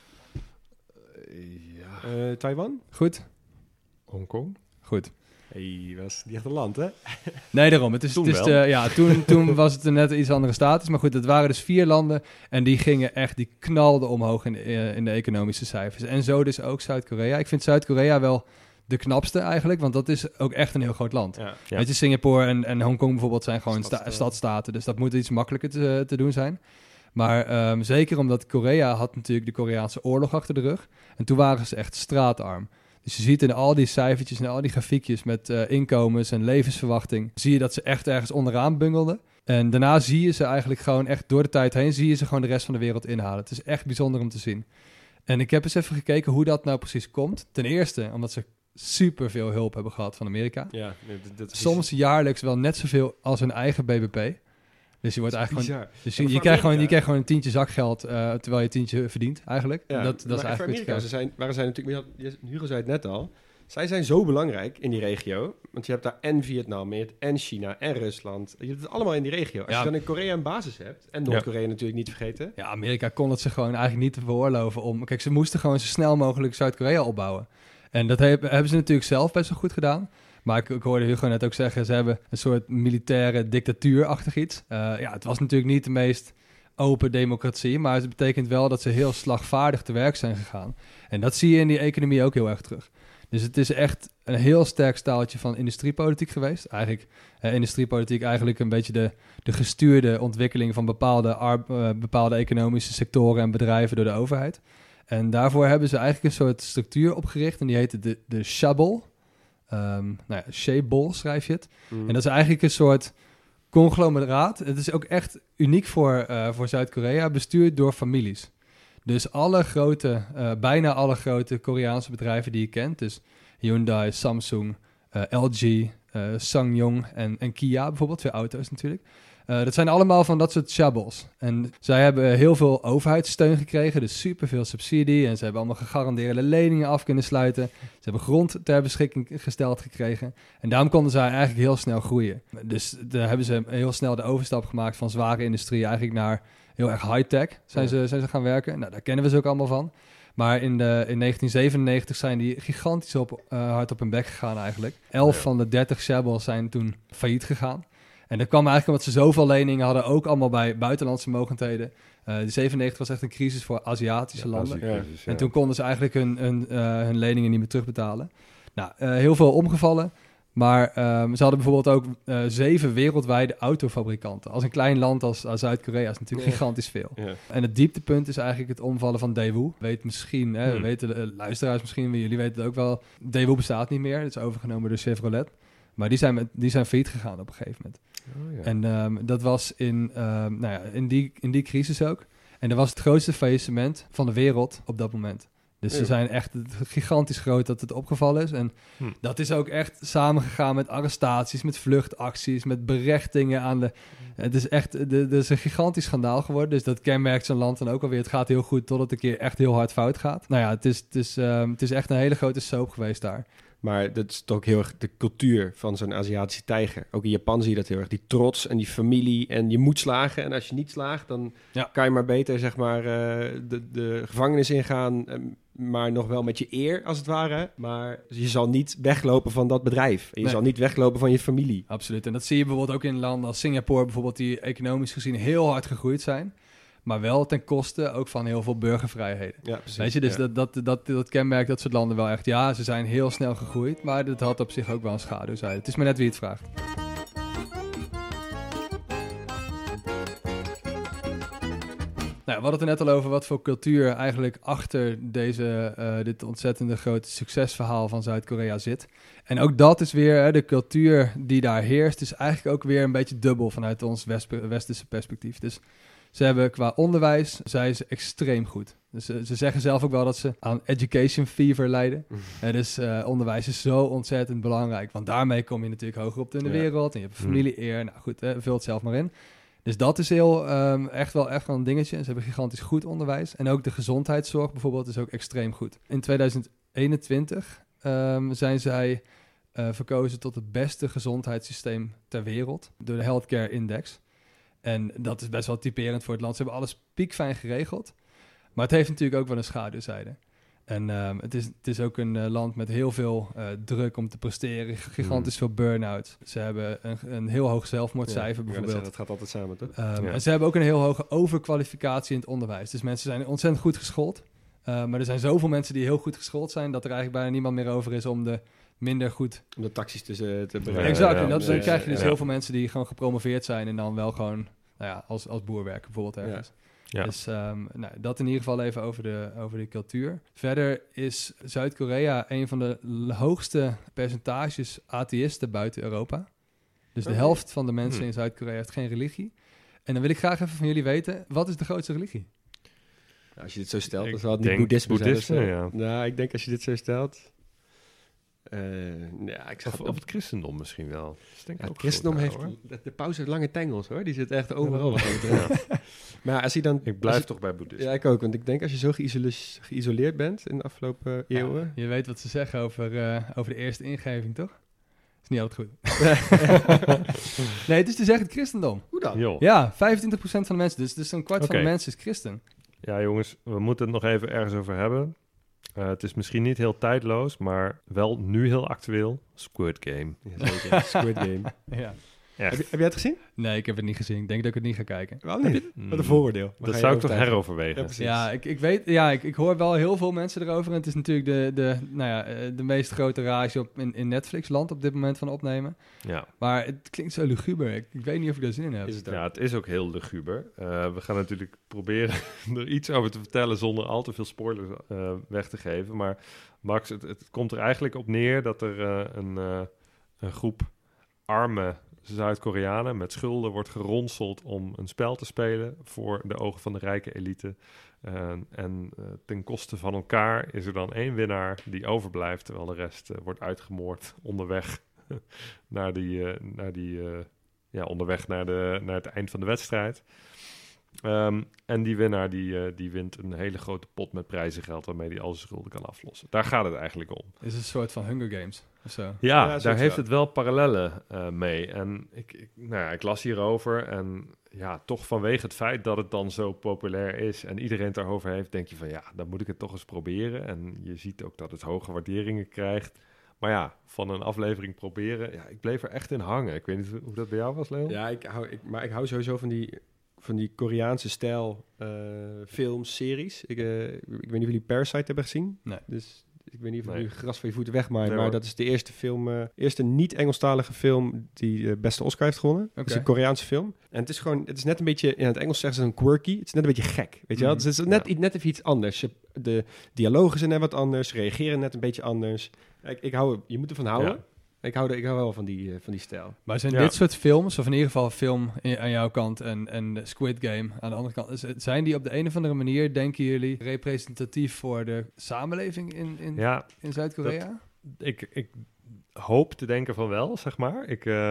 Taiwan? Goed. Hongkong? Goed. Hey, was niet echt een land, hè? Nee, daarom. Toen was het een net iets andere status. Maar goed, het waren dus 4 landen. En die knalden omhoog in de economische cijfers. En zo dus ook Zuid-Korea. Ik vind Zuid-Korea wel de knapste eigenlijk. Want dat is ook echt een heel groot land. Ja. Weet je, Singapore en Hongkong bijvoorbeeld zijn gewoon stadstaten. Dus dat moet iets makkelijker te doen zijn. Maar zeker omdat Korea had natuurlijk de Koreaanse oorlog achter de rug. En toen waren ze echt straatarm. Dus je ziet in al die cijfertjes en al die grafiekjes met inkomens en levensverwachting, zie je dat ze echt ergens onderaan bungelden. En daarna zie je ze eigenlijk gewoon echt door de tijd heen, zie je ze gewoon de rest van de wereld inhalen. Het is echt bijzonder om te zien. En ik heb eens even gekeken hoe dat nou precies komt. Ten eerste omdat ze super veel hulp hebben gehad van Amerika. Ja, dat is soms jaarlijks wel net zoveel als hun eigen BBP. Dus je wordt eigenlijk gewoon, dus je krijgt gewoon een tientje zakgeld terwijl je tientje verdient eigenlijk. Ja, dat is eigenlijk voor Amerika waren zij natuurlijk, Hugo zei het net al, zij zijn zo belangrijk in die regio, want je hebt daar en Vietnam, en China en Rusland. Je hebt het allemaal in die regio. Als je dan in Korea een basis hebt, en Noord-Korea natuurlijk niet vergeten. Ja, Amerika kon het zich gewoon eigenlijk niet te veroorloven om. Kijk, ze moesten gewoon zo snel mogelijk Zuid-Korea opbouwen. En dat hebben ze natuurlijk zelf best wel goed gedaan. Maar ik hoorde Hugo net ook zeggen, ze hebben een soort militaire dictatuurachtig iets. Het was natuurlijk niet de meest open democratie, maar het betekent wel dat ze heel slagvaardig te werk zijn gegaan. En dat zie je in die economie ook heel erg terug. Dus het is echt een heel sterk staaltje van industriepolitiek geweest. Industriepolitiek eigenlijk een beetje de gestuurde ontwikkeling van bepaalde economische sectoren en bedrijven door de overheid. En daarvoor hebben ze eigenlijk een soort structuur opgericht en die heette de Chaebol. Chaebol schrijf je het. En dat is eigenlijk een soort conglomeraat. Het is ook echt uniek voor Zuid-Korea, bestuurd door families. Dus bijna alle grote Koreaanse bedrijven die je kent, dus Hyundai, Samsung, LG, SsangYong en Kia bijvoorbeeld, 2 auto's natuurlijk. Dat zijn allemaal van dat soort chaebols. En zij hebben heel veel overheidssteun gekregen, dus superveel subsidie. En ze hebben allemaal gegarandeerde leningen af kunnen sluiten. Ze hebben grond ter beschikking gesteld gekregen. En daarom konden zij eigenlijk heel snel groeien. Dus daar hebben ze heel snel de overstap gemaakt van zware industrie eigenlijk naar heel erg high-tech zijn ze gaan werken. Nou, daar kennen we ze ook allemaal van. Maar in 1997 zijn die gigantisch hard op hun bek gegaan eigenlijk. 11 van de 30 chaebols zijn toen failliet gegaan. En dat kwam eigenlijk omdat ze zoveel leningen hadden, ook allemaal bij buitenlandse mogendheden. De 97 was echt een crisis voor Aziatische landen. Azië-crisis, En toen konden ze eigenlijk hun leningen niet meer terugbetalen. Nou, heel veel omgevallen. Maar ze hadden bijvoorbeeld ook 7 wereldwijde autofabrikanten. Als een klein land als Zuid-Korea is natuurlijk gigantisch veel. Ja. En het dieptepunt is eigenlijk het omvallen van Daewoo. Weet misschien, weten de luisteraars misschien, jullie weten het ook wel. Daewoo bestaat niet meer, het is overgenomen door Chevrolet. Maar die zijn failliet gegaan op een gegeven moment. Oh, ja. En dat was in die crisis ook. En dat was het grootste faillissement van de wereld op dat moment. Dus ze zijn echt gigantisch groot dat het opgevallen is. En dat is ook echt samengegaan met arrestaties, met vluchtacties, met berechtingen aan de... Het is echt er is een gigantisch schandaal geworden. Dus dat kenmerkt zo'n land dan ook alweer. Het gaat heel goed totdat het een keer echt heel hard fout gaat. Nou ja, het is echt een hele grote soap geweest daar. Maar dat is toch ook heel erg de cultuur van zo'n Aziatische tijger. Ook in Japan zie je dat heel erg. Die trots en die familie. En je moet slagen. En als je niet slaagt, dan kan je maar beter zeg maar de gevangenis ingaan. Maar nog wel met je eer, als het ware. Maar je zal niet weglopen van dat bedrijf. En je zal niet weglopen van je familie. Absoluut. En dat zie je bijvoorbeeld ook in landen als Singapore bijvoorbeeld, die economisch gezien heel hard gegroeid zijn. Maar wel ten koste ook van heel veel burgervrijheden. Ja, precies. Weet je, dus dat kenmerkt dat soort landen wel echt. Ja, ze zijn heel snel gegroeid, maar dat had op zich ook wel een schaduwzijde. Het is maar net wie het vraagt. Nou, we hadden het er net al over wat voor cultuur eigenlijk achter dit ontzettende grote succesverhaal van Zuid-Korea zit. En ook dat is weer, de cultuur die daar heerst, is eigenlijk ook weer een beetje dubbel vanuit ons westerse perspectief. Dus ze hebben qua onderwijs, zijn ze extreem goed. Dus ze zeggen zelf ook wel dat ze aan education fever lijden. Dus onderwijs is zo ontzettend belangrijk. Want daarmee kom je natuurlijk hoger op in de wereld. En je hebt familie-eer. Nou goed, vul het zelf maar in. Dus dat is echt wel een dingetje. Ze hebben gigantisch goed onderwijs. En ook de gezondheidszorg bijvoorbeeld is ook extreem goed. In 2021 zijn zij verkozen tot het beste gezondheidssysteem ter wereld door de Healthcare Index. En dat is best wel typerend voor het land. Ze hebben alles piekfijn geregeld. Maar het heeft natuurlijk ook wel een schaduwzijde. En het is ook een land met heel veel druk om te presteren. Gigantisch veel burn-out. Ze hebben een heel hoog zelfmoordcijfer bijvoorbeeld. Dat gaat altijd samen, toch? En ze hebben ook een heel hoge overkwalificatie in het onderwijs. Dus mensen zijn ontzettend goed geschoold. Maar er zijn zoveel mensen die heel goed geschoold zijn, dat er eigenlijk bijna niemand meer over is om de minder goed... Om de taxis te bereiken. Exact. En dan krijg je dus heel veel mensen die gewoon gepromoveerd zijn en dan wel gewoon als boer werken bijvoorbeeld ergens. Ja. Dus dat in ieder geval even over de cultuur. Verder is Zuid-Korea een van de hoogste percentages atheïsten buiten Europa. Dus de helft van de mensen in Zuid-Korea heeft geen religie. En dan wil ik graag even van jullie weten, wat is de grootste religie? Nou, als je dit zo stelt, dan zal het niet boeddhisme zijn. Nou, ik denk als je dit zo stelt... Of het christendom misschien wel. Het christendom heeft... De paus heeft lange tengels, hoor. Die zit echt overal. Maar als hij dan... Ik blijf toch bij boeddhisme. Ja, ik ook. Want ik denk als je zo geïsoleerd bent in de afgelopen eeuwen... Je weet wat ze zeggen over de eerste ingeving, toch? Is niet altijd goed. Nee, het is dus echt het christendom. Hoe dan? Jo. Ja, 25% van de mensen. Dus een kwart van de mensen is christen. Ja, jongens, we moeten het nog even ergens over hebben. Het is misschien niet heel tijdloos, maar wel nu heel actueel. Squid Game. Ja, zeker. Squid Game. Ja. Heb jij het gezien? Nee, ik heb het niet gezien. Ik denk dat ik het niet ga kijken. Waarom niet? Wat een vooroordeel. Dat zou ik toch heroverwegen. Ik weet, ik hoor wel heel veel mensen erover. En het is natuurlijk de meest grote rage in Netflix-land op dit moment van opnemen. Ja. Maar het klinkt zo luguber. Ik weet niet of ik daar zin in heb. Het is ook heel luguber. We gaan natuurlijk proberen er iets over te vertellen zonder al te veel spoilers weg te geven. Maar Max, het komt er eigenlijk op neer dat er een groep arme Zuid-Koreanen met schulden wordt geronseld om een spel te spelen voor de ogen van de rijke elite. En ten koste van elkaar is er dan 1 winnaar die overblijft, terwijl de rest wordt uitgemoord onderweg onderweg naar het eind van de wedstrijd. En die winnaar die wint een hele grote pot met prijzengeld waarmee hij al zijn schulden kan aflossen. Daar gaat het eigenlijk om. Is het een soort van Hunger Games of zo? Ja, daar heeft het wel parallellen mee. En ik las hierover en ja, toch vanwege het feit dat het dan zo populair is en iedereen het daarover heeft, denk je van ja, dan moet ik het toch eens proberen. En je ziet ook dat het hoge waarderingen krijgt. Maar ja, van een aflevering proberen, ja, ik bleef er echt in hangen. Ik weet niet hoe dat bij jou was, Leon? Ja, ik hou sowieso van die Koreaanse stijl films, series. Ik weet niet of jullie Parasite hebben gezien. Nee. Dus ik weet niet of jullie gras van je voeten wegmaait, Nee, maar hoor. dat is de eerste film, eerste niet-Engelstalige film die de beste Oscar heeft gewonnen. Het is een Koreaanse film. En het is net een beetje, in het Engels zeggen ze een quirky, het is net een beetje gek, weet je wel? Dus het is net even iets anders. De dialogen zijn net wat anders, reageren net een beetje anders. Je moet ervan houden. Ja. Ik hou wel van die stijl. Maar zijn Ja. dit soort films, of in ieder geval film aan jouw kant en Squid Game aan de andere kant, zijn die op de een of andere manier, denken jullie, representatief voor de samenleving in Zuid-Korea? Ik hoop te denken van wel, zeg maar.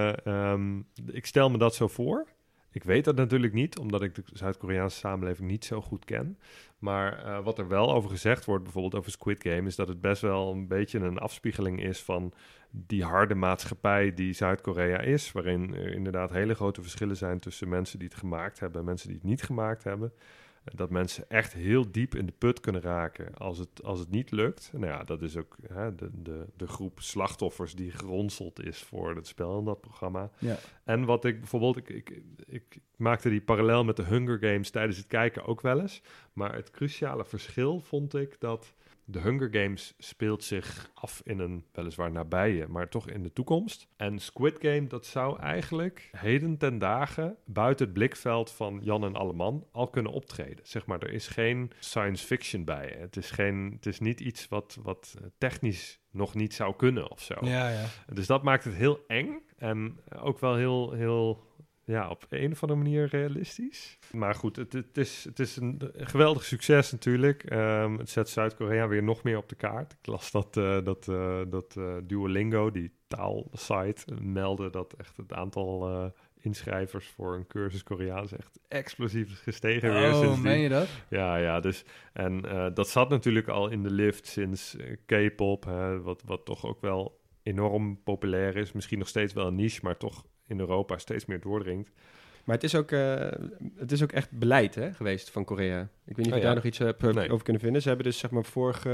Ik stel me dat zo voor. Ik weet dat natuurlijk niet, omdat ik de Zuid-Koreaanse samenleving niet zo goed ken. Maar wat er wel over gezegd wordt, bijvoorbeeld over Squid Game, is dat het best wel een beetje een afspiegeling is van die harde maatschappij die Zuid-Korea is, waarin er inderdaad hele grote verschillen zijn tussen mensen die het gemaakt hebben en mensen die het niet gemaakt hebben. Dat mensen echt heel diep in de put kunnen raken als het niet lukt. Nou ja, dat is ook de groep slachtoffers die geronseld is voor het spel in dat programma. Ja. En wat ik bijvoorbeeld... Ik maakte die parallel met de Hunger Games tijdens het kijken ook wel eens. Maar het cruciale verschil vond ik dat de Hunger Games speelt zich af in een weliswaar nabije, maar toch in de toekomst. En Squid Game, dat zou eigenlijk heden ten dagen buiten het blikveld van Jan en Alleman al kunnen optreden. Zeg maar, er is geen science fiction bij. Het is niet iets wat technisch nog niet zou kunnen of zo. Ja. Dus dat maakt het heel eng en ook wel heel op een of andere manier realistisch. Maar goed, het is een geweldig succes natuurlijk. Het zet Zuid-Korea weer nog meer op de kaart. Ik las dat Duolingo, die taalsite, meldde dat echt het aantal inschrijvers voor een cursus Koreaans echt explosief gestegen weer sindsdien. Meen je dat? Ja, dus en dat zat natuurlijk al in de lift sinds K-pop, wat toch ook wel enorm populair is. Misschien nog steeds wel een niche, maar toch in Europa steeds meer doordringt. Maar het is ook echt beleid geweest van Korea. Ik weet niet of je daar nog iets over kunnen vinden. Ze hebben dus zeg maar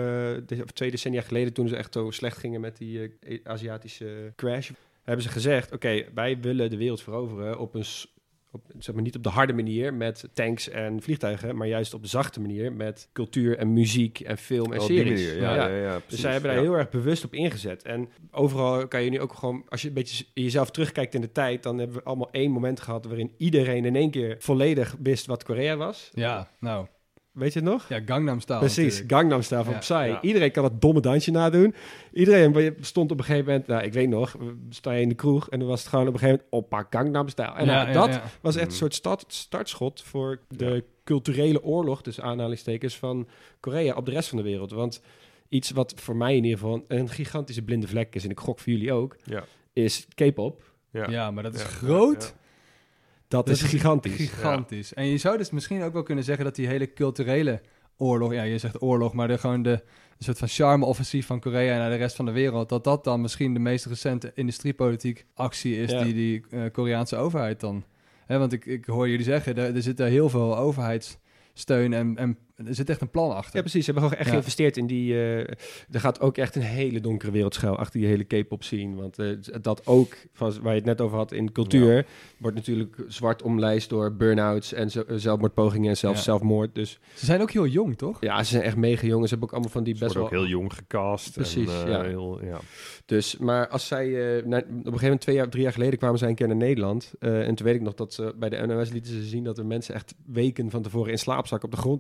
2 decennia geleden, toen ze echt zo slecht gingen met die Aziatische crash, hebben ze gezegd, oké, wij willen de wereld veroveren zeg maar niet op de harde manier met tanks en vliegtuigen, maar juist op de zachte manier met cultuur en muziek en film en series. Die manier, ja, dus zij hebben daar heel erg bewust op ingezet. En overal kan je nu ook gewoon, als je een beetje jezelf terugkijkt in de tijd, dan hebben we allemaal 1 moment gehad waarin iedereen in één keer volledig wist wat Korea was. Ja, nou. Weet je het nog? Ja, Gangnam Style. Precies, natuurlijk. Gangnam Style van Psy. Ja. Iedereen kan dat domme dansje nadoen. Iedereen stond op een gegeven moment, nou, ik weet nog, sta je in de kroeg en dan was het gewoon op een gegeven moment, oppa, Gangnam Style. En dat was echt een soort startschot voor de culturele oorlog, dus aanhalingstekens, van Korea op de rest van de wereld. Want iets wat voor mij in ieder geval een gigantische blinde vlek is, en ik gok voor jullie ook, is K-pop. Ja, maar dat is groot. Ja. Dat is gigantisch. Gigantisch. En je zou dus misschien ook wel kunnen zeggen dat die hele culturele oorlog, ja, je zegt oorlog, maar een soort van charme-offensief van Korea naar de rest van de wereld, dat dan misschien de meest recente industriepolitiek actie is die Koreaanse overheid dan. Want ik hoor jullie zeggen, er zit daar heel veel overheidssteun en er zit echt een plan achter. Ja, precies. Ze hebben gewoon echt geïnvesteerd in die... er gaat ook echt een hele donkere wereld schuil achter die hele K-pop scene. Want dat ook, waar je het net over had in cultuur, wordt natuurlijk zwart omlijst door burn-outs en zelfmoordpogingen en zelfs zelfmoord. Dus ze zijn ook heel jong, toch? Ja, ze zijn echt mega jong. Ze hebben ook allemaal van die best wel... ook heel jong gecast. Precies, en, Dus, maar als zij... op een gegeven moment 3 jaar geleden kwamen zij een keer naar Nederland. En toen weet ik nog dat ze bij de NOS lieten ze zien dat er mensen echt weken van tevoren in slaapzak op de grond lagen voor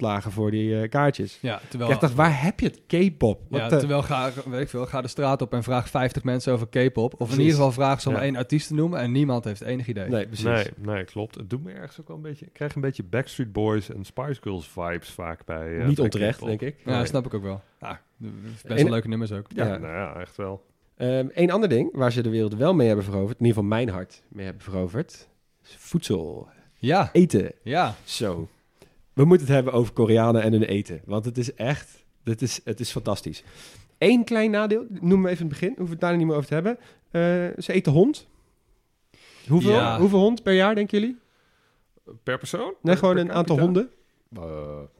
voor die kaartjes. Ja, terwijl... Ik dacht, waar heb je het? K-pop? Ja, terwijl ga de straat op en vraag 50 mensen over K-pop. Of Precies. in ieder geval vraag ze om Ja. 1 artiest te noemen en niemand heeft enig idee. Nee, precies. Nee, klopt. Het doet me ergens ook wel een beetje... Ik krijg een beetje Backstreet Boys en Spice Girls vibes vaak bij... Niet bij onterecht, K-pop. denk ik. Ja, Nee. snap ik ook wel. Ja, best En- wel leuke nummers ook. Ja, Ja. nou ja, echt wel. Een ander ding waar ze de wereld wel mee hebben veroverd, in ieder geval mijn hart mee hebben veroverd, is voedsel. Ja, Eten. ja. Zo. We moeten het hebben over Koreanen en hun eten. Want het is echt... Het is fantastisch. Eén klein nadeel, noemen we even in het begin. Hoeven we het daar niet meer over te hebben. Ze eten hond. Hoeveel, Ja. hoeveel hond per jaar, denken jullie? Per persoon? Nee, gewoon Per een aantal capita? honden.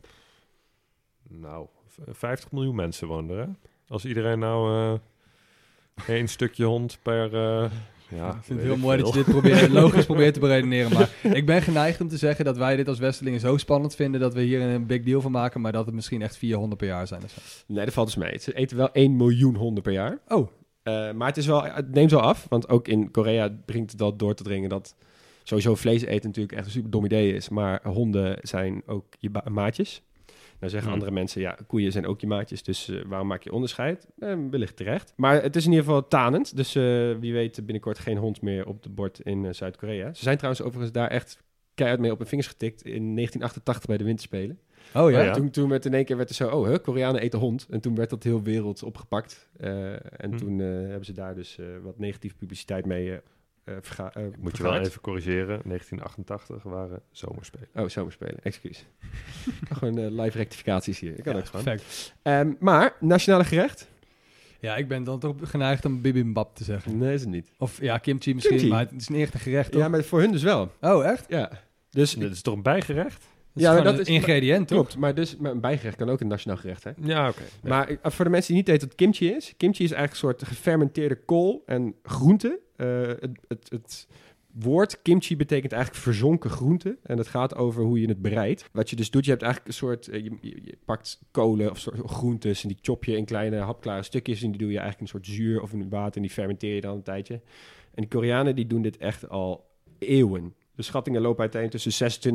Nou, 50 miljoen mensen wonen er, hè? Als iedereen nou één stukje hond per... ja, Ik vind het heel mooi dat je dit logisch probeert te beredeneren. Maar ik ben geneigd om te zeggen dat wij dit als Westerlingen zo spannend vinden dat we hier een big deal van maken, maar dat het misschien echt 400 per jaar zijn. of zo. Nee, dat valt dus mee. Ze eten wel 1 miljoen honden per jaar. Oh, Maar het neemt wel af. Want ook in Korea brengt het wel door te dringen dat sowieso vlees eten natuurlijk echt een super dom idee is. Maar honden zijn ook je maatjes. Nou zeggen andere mensen, ja, koeien zijn ook je maatjes. Dus waarom maak je onderscheid? Wellicht terecht. Maar het is in ieder geval tanend. Dus wie weet binnenkort geen hond meer op het bord in Zuid-Korea. Ze zijn trouwens overigens daar echt keihard mee op hun vingers getikt in 1988 bij de Winterspelen. oh ja. Ja. Toen werd in één keer zo, Koreanen eten hond. En toen werd dat heel wereld opgepakt. En toen hebben ze daar dus wat negatieve publiciteit mee Ik moet je wel even corrigeren. 1988 waren zomerspelen. Oh, zomerspelen, excuus. Gewoon live rectificaties hier. Ik kan Ja, ook gewoon. perfect. Maar, nationale gerecht? Ja, ik ben dan toch geneigd om bibimbap te zeggen. Nee, is het niet. Of ja, kimchi misschien, Kimchi. maar het is niet echt een gerecht, toch? Ja, maar voor hun dus wel. Oh, echt? Ja. Dus, Dit is toch een bijgerecht? Dat Ja, is maar gewoon dat een is- ingrediënt, toch? klopt. Maar een bijgerecht kan ook een nationaal gerecht, hè? Ja, oké. Ja. Maar voor de mensen die niet weten wat kimchi is. Kimchi is eigenlijk een soort gefermenteerde kool en groente. Het woord kimchi betekent eigenlijk verzonken groente. En het gaat over hoe je het bereidt. Wat je dus doet, je hebt eigenlijk een soort... je pakt kolen of soort groentes en die chop je in kleine hapklare stukjes. En die doe je eigenlijk in een soort zuur of in water en die fermenteer je dan een tijdje. En de Koreanen die doen dit echt al eeuwen. De schattingen lopen uiteen tussen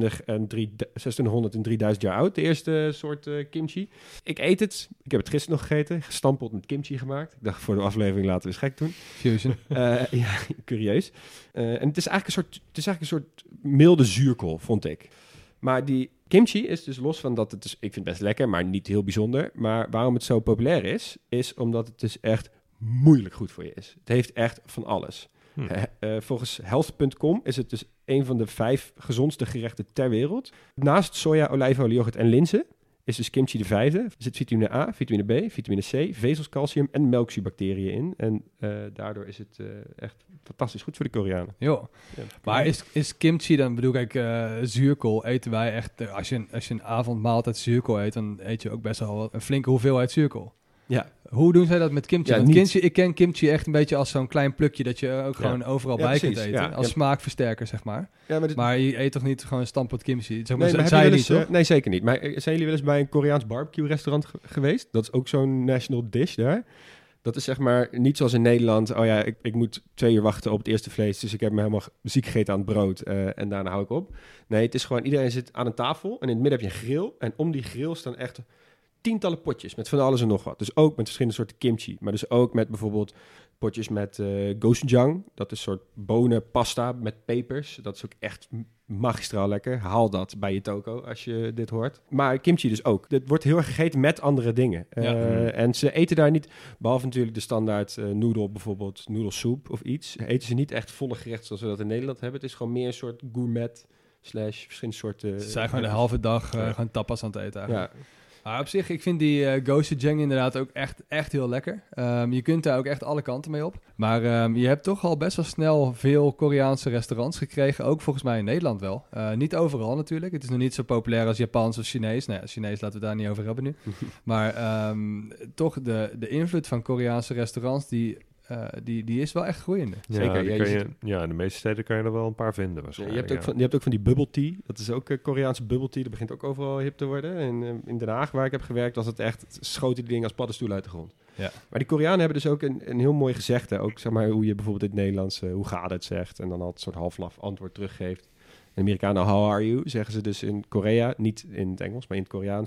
2600 en 3000 jaar oud. De eerste soort kimchi. Ik eet het. Ik heb het gisteren nog gegeten. Gestampeld met kimchi gemaakt. Ik dacht voor de aflevering laten we eens gek doen. Fusion. Ja, curieus. En het is eigenlijk een soort milde zuurkool, vond ik. Maar die kimchi is dus los van dat het... ik vind het best lekker, maar niet heel bijzonder. Maar waarom het zo populair is omdat het dus echt moeilijk goed voor je is. Het heeft echt van alles. Volgens health.com is het dus een van de 5 gezondste gerechten ter wereld. Naast soja, olijfolie, yoghurt en linzen is dus kimchi de 5e. Er zit vitamine A, vitamine B, vitamine C, vezels, calcium en melkzuurbacteriën in. En daardoor is het echt fantastisch goed voor de Koreanen. Jo. Ja. Maar is kimchi, dan bedoel ik zuurkool, eten wij echt... als je een avondmaaltijd zuurkool eet, dan eet je ook best wel een flinke hoeveelheid zuurkool. Ja, Hoe doen zij dat met kimchi? Ja, Want niet. ik ken kimchi echt een beetje als zo'n klein plukje dat je ook gewoon overal Ja, bij precies. kunt eten. Ja. Als Ja. smaakversterker, zeg maar. ja maar, Maar je eet toch niet gewoon een stampot kimchi? Zeg maar, nee, maar heb zei je je wel niet, eens, toch? nee, zeker niet. Maar zijn jullie wel eens bij een Koreaans barbecue restaurant geweest? Dat is ook zo'n national dish daar. Dat is zeg maar niet zoals in Nederland. Oh ja, ik moet 2 uur wachten op het eerste vlees. Dus ik heb me helemaal ziek gegeten aan het brood. En daarna hou ik op. Nee, het is gewoon iedereen zit aan een tafel. En in het midden heb je een grill. En om die grill staan echt tientallen potjes met van alles en nog wat. Dus ook met verschillende soorten kimchi. Maar dus ook met bijvoorbeeld potjes met gochujang. Dat is een soort bonenpasta met pepers. Dat is ook echt magistraal lekker. Haal dat bij je toko als je dit hoort. Maar kimchi dus ook. Het wordt heel erg gegeten met andere dingen. Ja. En ze eten daar niet, behalve natuurlijk de standaard noedel, bijvoorbeeld noedelsoep of iets, eten ze niet echt volle gerechten zoals we dat in Nederland hebben. Het is gewoon meer een soort gourmet / verschillende soorten... Ze zijn gewoon de halve dag gewoon tapas aan het eten eigenlijk. Ja, Maar op zich, ik vind die gochujang inderdaad ook echt heel lekker. Je kunt daar ook echt alle kanten mee op. Maar je hebt toch al best wel snel veel Koreaanse restaurants gekregen. Ook volgens mij in Nederland wel. Niet overal natuurlijk. Het is nog niet zo populair als Japans of Chinees. Nou ja, Chinees laten we daar niet over hebben nu. Maar toch de invloed van Koreaanse restaurants, die is wel echt groeiende. Zeker, die ja, kan je je, in de meeste steden kan je er wel een paar vinden je, waarschijnlijk. je hebt ook van die bubble tea. Dat is ook Koreaanse bubble tea. Dat begint ook overal hip te worden. En in Den Haag, waar ik heb gewerkt, was het echt... schoten die dingen als paddenstoelen uit de grond. Ja. Maar die Koreanen hebben dus ook een heel mooi gezegde. Ook zeg maar hoe je bijvoorbeeld in het Nederlands... hoe gaat het zegt. En dan altijd een soort half-laf antwoord teruggeeft. De Amerikanen, how are you? Zeggen ze dus in Korea. Niet in het Engels, maar in het Koreaans.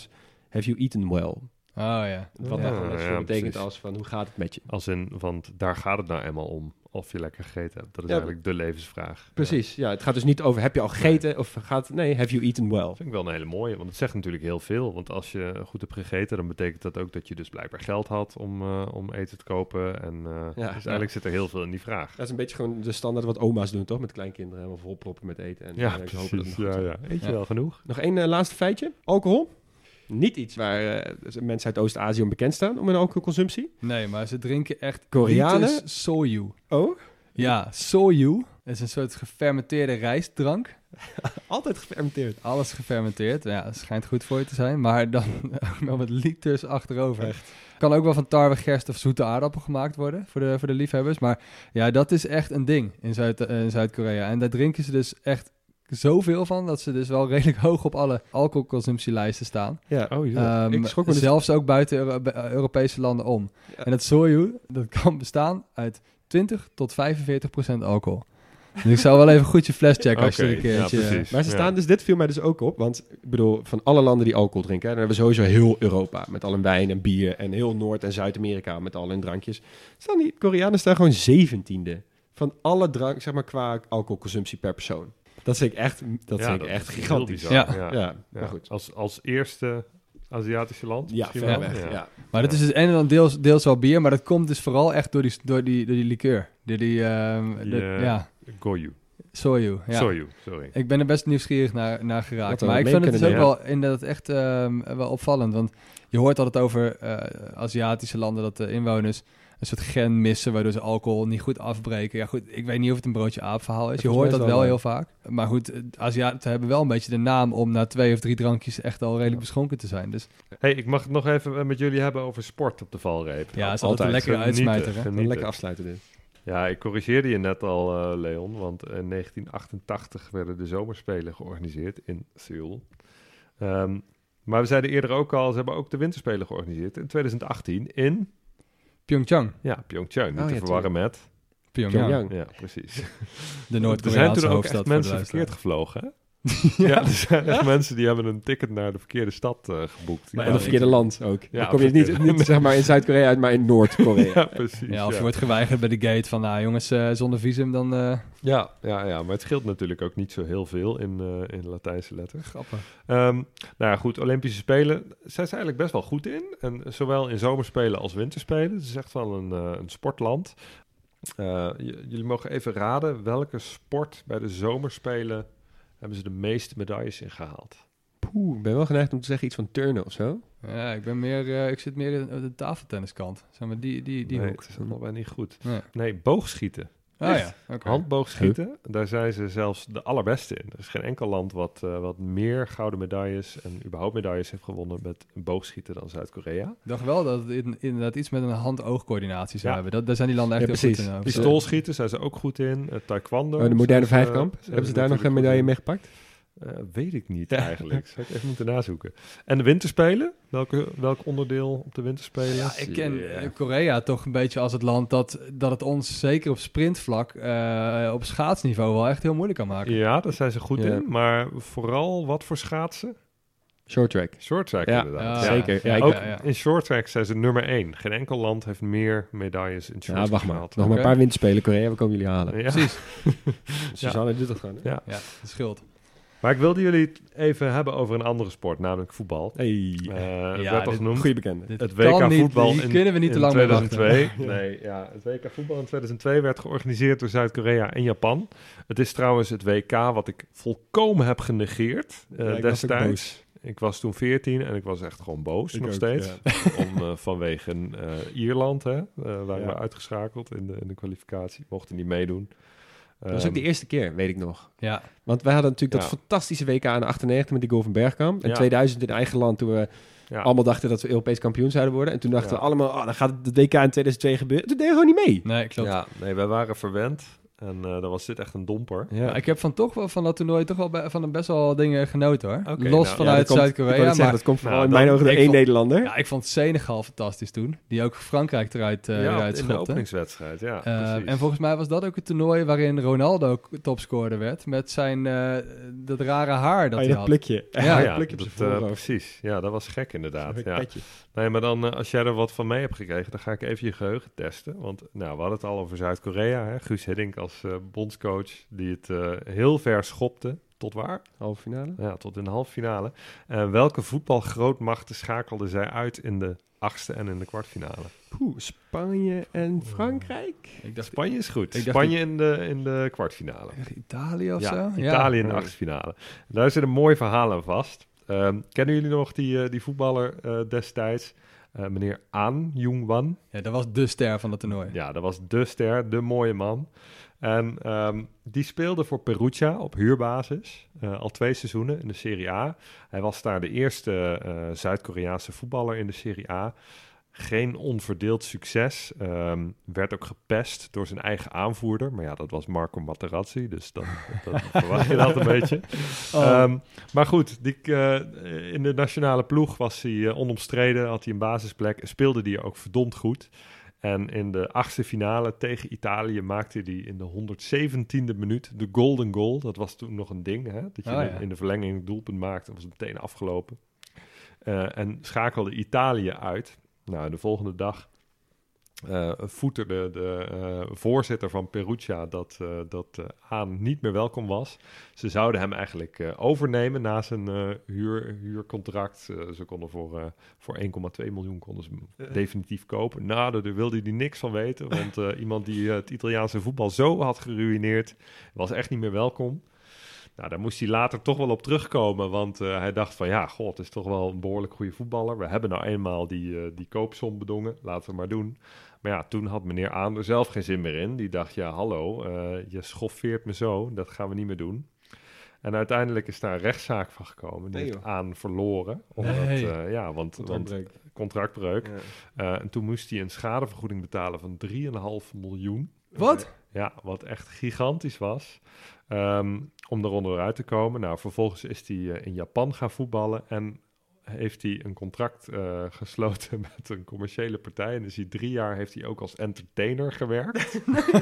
have you eaten well? Oh ja. Wat Ja. dan Ja, betekent precies. als van, hoe gaat het met je? Als in, want daar gaat het nou eenmaal om. Of je lekker gegeten hebt. Dat is Ja. eigenlijk de levensvraag. Precies, ja. Het gaat dus niet over, heb je al gegeten? Of nee, have you eaten well? Dat vind ik wel een hele mooie, want het zegt natuurlijk heel veel. Want als je goed hebt gegeten, dan betekent dat ook dat je dus blijkbaar geld had om eten te kopen. En dus eigenlijk zit er heel veel in die vraag. Dat is een beetje gewoon de standaard wat oma's doen, toch? Met kleinkinderen helemaal volproppen met eten. En Ja, ze hopen dat precies. het nog goed Ja. Eet je wel genoeg? Nog één laatste feitje. Alcohol. Niet iets waar mensen uit Oost-Azië om bekend staan, om hun alcoholconsumptie. Nee, maar ze drinken echt Koreanen? liters soju. Oh? Ja, soju is een soort gefermenteerde rijstdrank. Altijd gefermenteerd. Alles gefermenteerd. Ja, het schijnt goed voor je te zijn. Maar dan ook nog met liters achterover. Echt. Kan ook wel van tarwe, gerst of zoete aardappel gemaakt worden voor de liefhebbers. Maar ja, dat is echt een ding in Zuid-Korea. En daar drinken ze dus echt zoveel van, dat ze dus wel redelijk hoog op alle alcoholconsumptielijsten staan. Ja. Oh ja. Ik schrok me dus- Zelfs ook buiten Europese landen om. Ja. En het soju, dat kan bestaan uit 20 tot 45% alcohol. Dus ik zou wel even goed je fles checken als je er een keertje... precies. Maar ze staan dus, dit viel mij dus ook op, want ik bedoel, van alle landen die alcohol drinken, dan hebben we sowieso heel Europa met al hun wijn en bier en heel Noord- en Zuid-Amerika met al hun drankjes. Staan die Koreanen staan gewoon 17e van alle drank, zeg maar, qua alcoholconsumptie per persoon. Dat vind ik echt, dat echt is gigantisch. heel bizar. Ja. Ja, maar goed. Als eerste Aziatische land? Ja, misschien ver wel? weg. Ja. Maar dat is dus en dan deels wel bier, maar dat komt dus vooral echt door die liqueur. Ja, Goju. soju. Ja. Soju, sorry. Ik ben er best nieuwsgierig naar geraakt. Wat we Maar ik mee vind het dus ook kunnen wel inderdaad echt wel opvallend. Want je hoort altijd over Aziatische landen dat de inwoners een soort gen missen, waardoor ze alcohol niet goed afbreken. Ja goed, ik weet niet of het een broodje aap verhaal is. Je Volgens hoort mij dat is wel het wel, heel vaak. Maar goed, Aziaten hebben wel een beetje de naam om na 2 of 3 drankjes echt al redelijk beschonken te zijn. Dus Hey, ik mag het nog even met jullie hebben over sport op de valreep. ja, is altijd altijd. een lekkere Genieten, uitsmijter. Hè? genieten. Lekker afsluiten dit. Ja, ik corrigeerde je net al, Leon, want in 1988 werden de zomerspelen georganiseerd in Seoul. Maar we zeiden eerder ook al, ze hebben ook de winterspelen georganiseerd in 2018 in Pyeongchang. Pyeongchang. Niet Oh, te ja, verwarren met... Pyongyang. Pyongyang. Ja, precies. De Er zijn Noord-Koreaanse toen ook hoofdstad. echt voor de mensen luisteraar. verkeerd gevlogen, hè? Ja, er zijn echt mensen die hebben een ticket naar de verkeerde stad geboekt. Maar Ja, in het verkeerde land ook. Ja, Dan kom je niet zeg maar in Zuid-Korea uit, maar in Noord-Korea. Ja, precies. Ja, of je ja. wordt geweigerd bij de gate van, nou jongens, zonder visum dan... Ja, maar het scheelt natuurlijk ook niet zo heel veel in Latijnse letters. Grappig. Nou ja, goed, Olympische Spelen zijn ze eigenlijk best wel goed in. En zowel in zomerspelen als winterspelen. Het is echt wel een sportland. Jullie mogen even raden welke sport bij de zomerspelen hebben ze de meeste medailles in gehaald. Poeh, ik ben wel geneigd om te zeggen iets van turnen of zo. Ja, ik zit meer in de tafeltenniskant. Zeg maar die Nee, hoek. het is allebei niet goed. Nee. Nee, boogschieten. Ah ja, oké. Handboogschieten, daar zijn ze zelfs de allerbeste in. Er is geen enkel land wat meer gouden medailles en überhaupt medailles heeft gewonnen met boogschieten dan Zuid-Korea. Ik dacht wel dat het inderdaad iets met een hand-oogcoördinatie zou Ja. hebben. Daar zijn die landen echt Ja, heel precies. goed in. Pistoolschieten zijn ze ook goed in. Taekwondo. Oh, de moderne zijn ze- vijfkamp. zijn Hebben ze daar nog een natuurlijk medaille goed mee gepakt? in. Weet ik niet Ja. eigenlijk. Zou ik even moeten nazoeken. En de winterspelen? Welk onderdeel op de winterspelen? Ja, ik ken Korea toch een beetje als het land dat het ons zeker op sprintvlak op schaatsniveau wel echt heel moeilijk kan maken. Ja, daar zijn ze goed Ja. in. Maar vooral wat voor schaatsen? Short track. Short track Ja, inderdaad. ja, zeker. Ja, Ook ja. in short track zijn ze nummer 1. Geen enkel land heeft meer medailles in short track Ja, wacht maar. gehaald. Nog maar Oké. een paar winterspelen Korea, we komen jullie halen. Ja. Precies. Suzanne doet dat gewoon. Hè? Ja. Ja, dat scheelt. Maar ik wilde jullie het even hebben over een andere sport, namelijk voetbal. Hey. Het Ja, werd al dit- genoemd. Goeie bekende. Dit Het kan WK niet, voetbal hier in, kunnen we niet te in lang mee 2002. wachten. Nee, ja, het WK voetbal in 2002 werd georganiseerd door Zuid-Korea en Japan. Het is trouwens het WK wat ik volkomen heb genegeerd Ja, ik was ook destijds. boos. Ik was toen 14 en ik was echt gewoon boos Ik nog ook, steeds. ja. Vanwege Ierland, hè, waren Ja. we uitgeschakeld in de kwalificatie. Mochten niet meedoen. Dat was ook de eerste keer, weet ik nog. Ja, Want wij hadden natuurlijk Ja. dat fantastische WK in 98 met die goal van Bergkamp. En Ja. 2000 in eigen land, toen we Ja. allemaal dachten dat we Europees kampioen zouden worden. En toen dachten Ja. we allemaal, dan gaat het WK in 2002 gebeuren. Toen deden we gewoon niet mee. nee, klopt. Ja, nee, wij waren verwend. En dan was dit echt een domper. Ja. Ik heb van dat toernooi toch wel van een best wel dingen genoten hoor. Oké, Los nou, vanuit Zuid-Korea. Maar dat komt vooral Nou, in mijn ogen door ik één vond- Nederlander. ja, ik vond Senegal fantastisch toen. Die ook Frankrijk eruit in de schopte. openingswedstrijd, ja. precies. En volgens mij was dat ook het toernooi waarin Ronaldo topscorer werd. Met zijn dat rare haar dat hij dat had. plikje. Ja, dat plikje op zijn voorhoofd. precies. Ja, dat was gek inderdaad. Zo'n Ja. petje. Nee, maar dan als jij er wat van mee hebt gekregen, dan ga ik even je geheugen testen. Want we hadden het al over Zuid-Korea. Hè? Guus Hiddink als bondscoach die het heel ver schopte. Tot waar? Halve finale. Ja, tot in de halve finale. Welke voetbalgrootmachten schakelden zij uit in de achtste en in de kwartfinale? Spanje en Frankrijk. Ik dacht Spanje is goed. ik dacht Spanje in de kwartfinale. Italië of zo? Ja, Italië in de achtste finale. Daar zit een mooi verhaal aan vast. Kennen jullie nog die voetballer destijds? Meneer An Jung-wan. Ja, dat was de ster van dat toernooi. Ja, dat was de ster, de mooie man. En die speelde voor Perugia op huurbasis. Al 2 seizoenen in de Serie A. Hij was daar de eerste Zuid-Koreaanse voetballer in de Serie A. Geen onverdeeld succes. Werd ook gepest door zijn eigen aanvoerder. Maar ja, dat was Marco Materazzi. Dus dat verwacht je dat een beetje. Maar goed, in de nationale ploeg was hij onomstreden. Had hij een basisplek. Speelde hij ook verdomd goed. En in de achtste finale tegen Italië maakte hij in de 117e minuut de golden goal. Dat was toen nog een ding, hè? Dat je in de verlenging een doelpunt maakte. Dat was meteen afgelopen. En schakelde Italië uit. Nou, de volgende dag voeterde de voorzitter van Perugia dat Aan niet meer welkom was. Ze zouden hem eigenlijk overnemen na zijn huurcontract. Ze konden voor 1,2 miljoen konden ze hem definitief kopen. Nou, daar wilde hij niks van weten, want iemand die het Italiaanse voetbal zo had geruïneerd, was echt niet meer welkom. Nou, daar moest hij later toch wel op terugkomen, want hij dacht van ja, het is toch wel een behoorlijk goede voetballer. We hebben nou eenmaal die koopsom bedongen, laten we maar doen. Maar ja, toen had meneer Aan er zelf geen zin meer in. Die dacht, ja hallo, je schoffeert me zo, dat gaan we niet meer doen. En uiteindelijk is daar een rechtszaak van gekomen. Die heeft Aan verloren. Want contractbreuk. Ja. En toen moest hij een schadevergoeding betalen van 3,5 miljoen. Wat? Ja, wat echt gigantisch was. Om er onderuit te komen. Nou, vervolgens is hij in Japan gaan voetballen en heeft hij een contract gesloten met een commerciële partij. En dus 3 jaar heeft hij ook als entertainer gewerkt.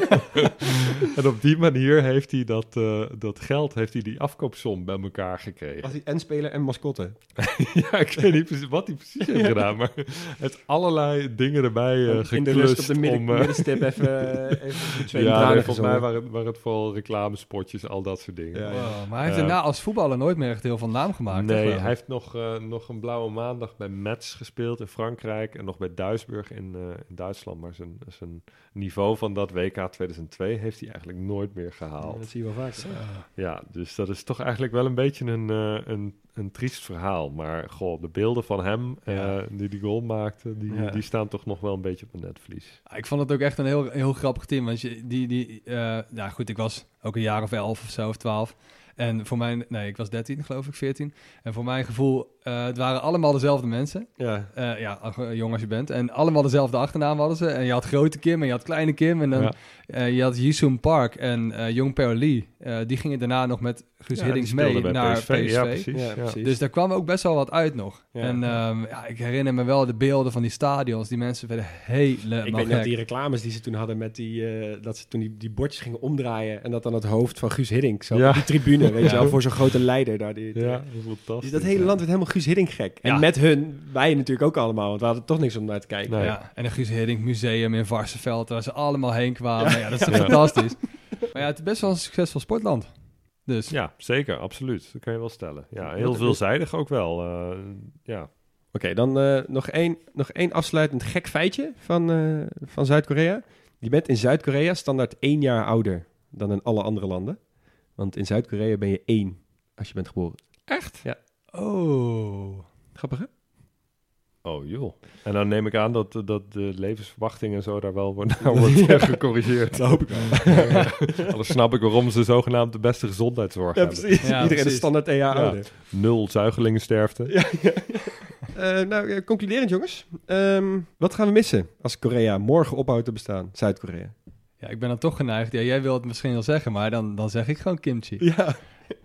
En op die manier heeft hij dat geld, heeft hij die afkoopsom bij elkaar gekregen. Was hij en speler en mascotte? Ja, ik weet niet precies wat hij precies heeft gedaan, maar het allerlei dingen erbij geklust. In de rust op de middenstip even twee tranen volgens mij waren het vooral reclamespotjes, al dat soort dingen. Ja. Wow, maar hij heeft daarna als voetballer nooit meer echt heel veel naam gemaakt. Nee, hij heeft nog een blauwe maandag bij Metz gespeeld in Frankrijk en nog bij Duisburg in Duitsland. Maar zijn niveau van dat WK 2002 heeft hij eigenlijk nooit meer gehaald. Ja, dat zie je wel vaak. Ja, dus dat is toch eigenlijk wel een beetje een triest verhaal. Maar de beelden van hem die goal maakte, die staan toch nog wel een beetje op mijn netvlies. Ik vond het ook echt een heel grappig team. Want ik was ook een jaar of 11 of zo, of 12. En voor mij, ik was 13 geloof ik, 14. En voor mijn gevoel, het waren allemaal dezelfde mensen. Ja. Jong als je bent. En allemaal dezelfde achternaam hadden ze. En je had grote Kim en je had kleine Kim. En dan je had Jisung Park en Jong Peo Lee. Die gingen daarna nog met Guus Hiddink mee naar PSV. Ja, precies. Dus daar kwam ook best wel wat uit nog. Ja. En ik herinner me wel de beelden van die stadions. Die mensen werden helemaal Ik weet gek. nog die reclames die ze toen hadden met dat ze toen die bordjes gingen omdraaien en dat dan het hoofd van Guus Hiddink zo op die tribune, weet je wel, voor zo'n grote leider daar. Fantastisch. Dat hele land werd helemaal Guus Hiddink gek. En met wij natuurlijk ook allemaal, want we hadden toch niks om naar te kijken. Nee. Ja, en een Guus Hiddink museum in Varsenveld, waar ze allemaal heen kwamen. Ja, dat is toch fantastisch. Maar ja, het is best wel een succesvol sportland. Dus. Ja, zeker, absoluut. Dat kan je wel stellen. Ja, heel veelzijdig ook wel. Oké, dan nog één afsluitend gek feitje van Zuid-Korea. Je bent in Zuid-Korea standaard 1 jaar ouder dan in alle andere landen. Want in Zuid-Korea ben je 1 als je bent geboren. Echt? Ja. Oh. Grappig, hè? Oh joh. En dan neem ik aan dat de levensverwachting en zo daar wel wordt gecorrigeerd. Dat hoop ik wel. Anders snap ik waarom ze zogenaamd de beste gezondheidszorg hebben. Precies. Ja, Iedereen precies. is standaard 1 jaar ouder. 0 zuigelingensterfte. Concluderend jongens. Wat gaan we missen als Korea morgen ophoudt te bestaan? Zuid-Korea. Ja, ik ben dan toch geneigd. Ja, jij wilt het misschien wel zeggen, maar dan zeg ik gewoon kimchi. Ja.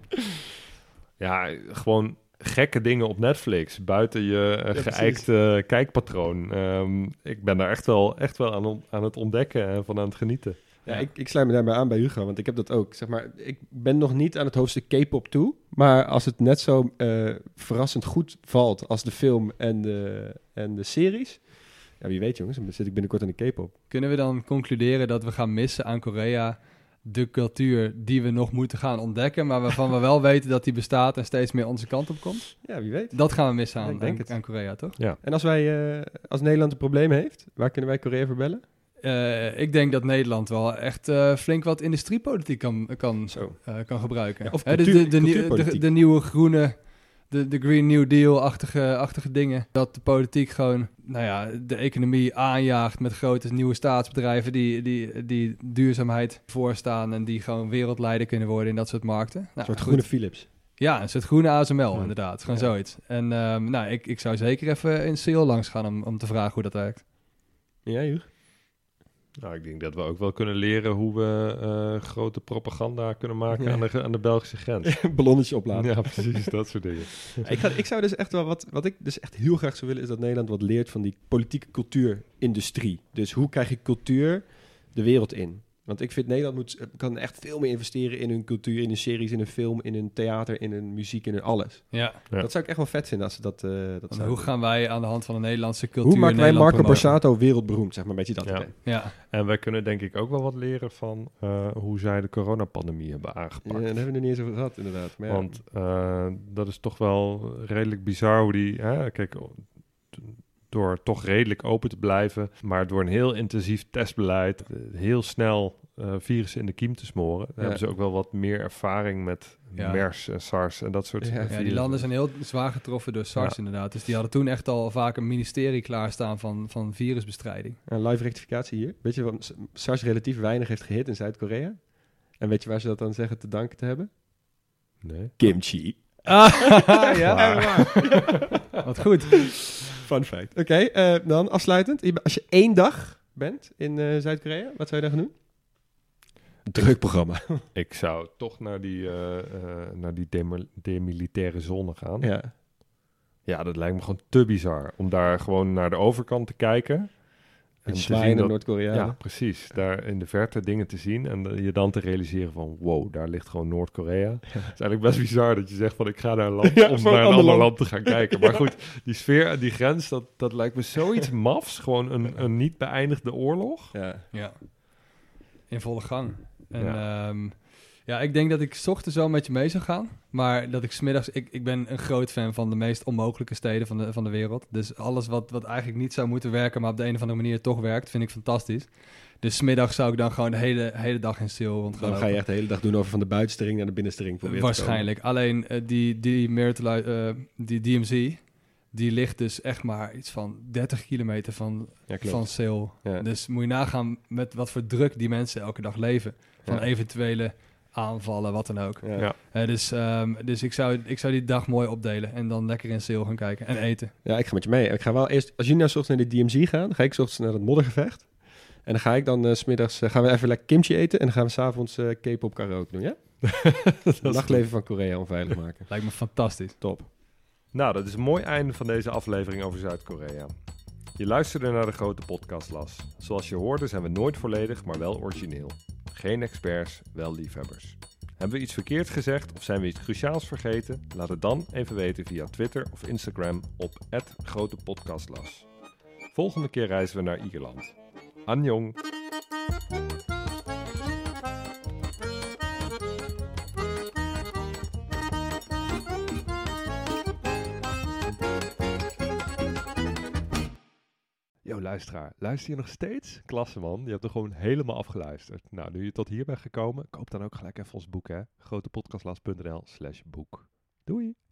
Ja, gewoon gekke dingen op Netflix, buiten je geëikte kijkpatroon. Ik ben daar echt wel aan het ontdekken en van aan het genieten. Ja, ik sluit me daarbij aan bij Hugo, want ik heb dat ook. Zeg maar, ik ben nog niet aan het hoofdstuk K-pop toe, maar als het net zo verrassend goed valt als de film en de series, ja, wie weet jongens, dan zit ik binnenkort aan de K-pop. Kunnen we dan concluderen dat we gaan missen aan Korea de cultuur die we nog moeten gaan ontdekken, maar waarvan we wel weten dat die bestaat en steeds meer onze kant op komt? Ja, wie weet. Dat gaan we missen Ja, ik denk het. aan Korea, toch? Ja. En als Nederland een probleem heeft, waar kunnen wij Korea voor bellen? Ik denk dat Nederland wel echt flink wat industriepolitiek kan gebruiken. Ja, of Dus cultuurpolitiek. de nieuwe groene, de Green New Deal-achtige dingen. Dat de politiek gewoon de economie aanjaagt met grote nieuwe staatsbedrijven die duurzaamheid voorstaan en die gewoon wereldleider kunnen worden in dat soort markten. Een soort groene Philips. Ja, een soort groene ASML Ja. inderdaad. Gewoon Ja. zoiets. En ik zou zeker even in Seoul langs gaan om te vragen hoe dat werkt. Ja, Hugo? Nou, ik denk dat we ook wel kunnen leren hoe we grote propaganda kunnen maken aan de Belgische grens. Ballonnetje opladen. Ja, precies, dat soort dingen. Ik zou dus echt wel wat ik dus echt heel graag zou willen, is dat Nederland wat leert van die politieke cultuurindustrie. Dus hoe krijg je cultuur de wereld in? Want ik vind Nederland kan echt veel meer investeren in hun cultuur, in hun series, in hun film, in hun theater, in hun muziek, in hun alles. Ja. Ja. Dat zou ik echt wel vet vinden als ze dat zouden Hoe doen. gaan wij aan de hand van de Nederlandse cultuur Hoe maken wij Nederland Marco promoten? Borsato wereldberoemd, zeg maar, een beetje dat Ja. idee. Ja. En wij kunnen denk ik ook wel wat leren van hoe zij de coronapandemie hebben Ja, aangepakt. daar hebben we er niet eens over gehad, inderdaad. Maar ja. Want dat is toch wel redelijk bizar hoe die... Kijk, door toch redelijk open te blijven, maar door een heel intensief testbeleid, heel snel virussen in de kiem te smoren, hebben ze ook wel wat meer ervaring met MERS en SARS en dat soort Ja. virussen. Ja, die landen zijn heel zwaar getroffen door SARS inderdaad. Dus die hadden toen echt al vaak een ministerie klaarstaan van virusbestrijding. Een live rectificatie hier. Weet je wat SARS relatief weinig heeft gehit in Zuid-Korea? En weet je waar ze dat dan zeggen te danken te hebben? Nee. Kimchi. Ja, wat goed. Fun fact. Oké, dan afsluitend. Als je 1 dag bent in Zuid-Korea, wat zou je dan gaan doen? Druk programma. Ik zou toch naar die demilitaire zone gaan. Ja. Ja, dat lijkt me gewoon te bizar. Om daar gewoon naar de overkant te kijpen. En te zwaaien zien naar dat- Noord-Korea. Ja, precies. Daar in de verte dingen te zien. En je dan te realiseren van... Wow, daar ligt gewoon Noord-Korea. Het is eigenlijk best bizar dat je zegt van... Ik ga naar een land Ja, om voor naar een een ander ander land. land te gaan kijken. Maar goed, die sfeer en die grens... Dat lijkt me zoiets mafs. Gewoon een niet beëindigde oorlog. Ja. Ja. In volle gang. En ik denk dat ik 's ochtends wel met je mee zou gaan. Maar dat ik 's middags... Ik ben een groot fan van de meest onmogelijke steden van de wereld. Dus alles wat eigenlijk niet zou moeten werken... maar op de een of andere manier toch werkt, vind ik fantastisch. Dus 's middags zou ik dan gewoon de hele dag in Seoul rond gaan Dan ga je lopen. echt de hele dag doen over van de buitenste ring naar de binnenste ring. proberen te komen. Waarschijnlijk. Alleen die DMZ... die ligt dus echt maar iets van 30 kilometer van Seoul. Ja. Dus moet je nagaan met wat voor druk die mensen elke dag leven. Van Ja. eventuele aanvallen, wat dan ook. Ja. Ja. Dus ik zou die dag mooi opdelen. En dan lekker in Seoul gaan kijken en eten. Ja, ik ga met je mee. Ik ga wel eerst, als jullie nou 's ochtends naar de DMZ gaan, dan ga ik 's ochtends naar het moddergevecht. En dan ga ik dan 's middags gaan we even lekker kimchi eten en dan gaan we 's avonds K-pop karaoke doen, ja? Het nachtleven van Korea onveilig maken. Lijkt me fantastisch. Top. Nou, dat is een mooi einde van deze aflevering over Zuid-Korea. Je luisterde naar de grote podcastlas. Zoals je hoorde zijn we nooit volledig, maar wel origineel. Geen experts, wel liefhebbers. Hebben we iets verkeerd gezegd of zijn we iets cruciaals vergeten? Laat het dan even weten via Twitter of Instagram op @grotepodcastlas. Volgende keer reizen we naar Ierland. Annyeong! Yo, luisteraar, luister je nog steeds? Klasse man, je hebt er gewoon helemaal afgeluisterd. Nou, nu je tot hier bent gekomen, koop dan ook gelijk even ons boek, hè. grotepodcastlas.nl/boek. Doei!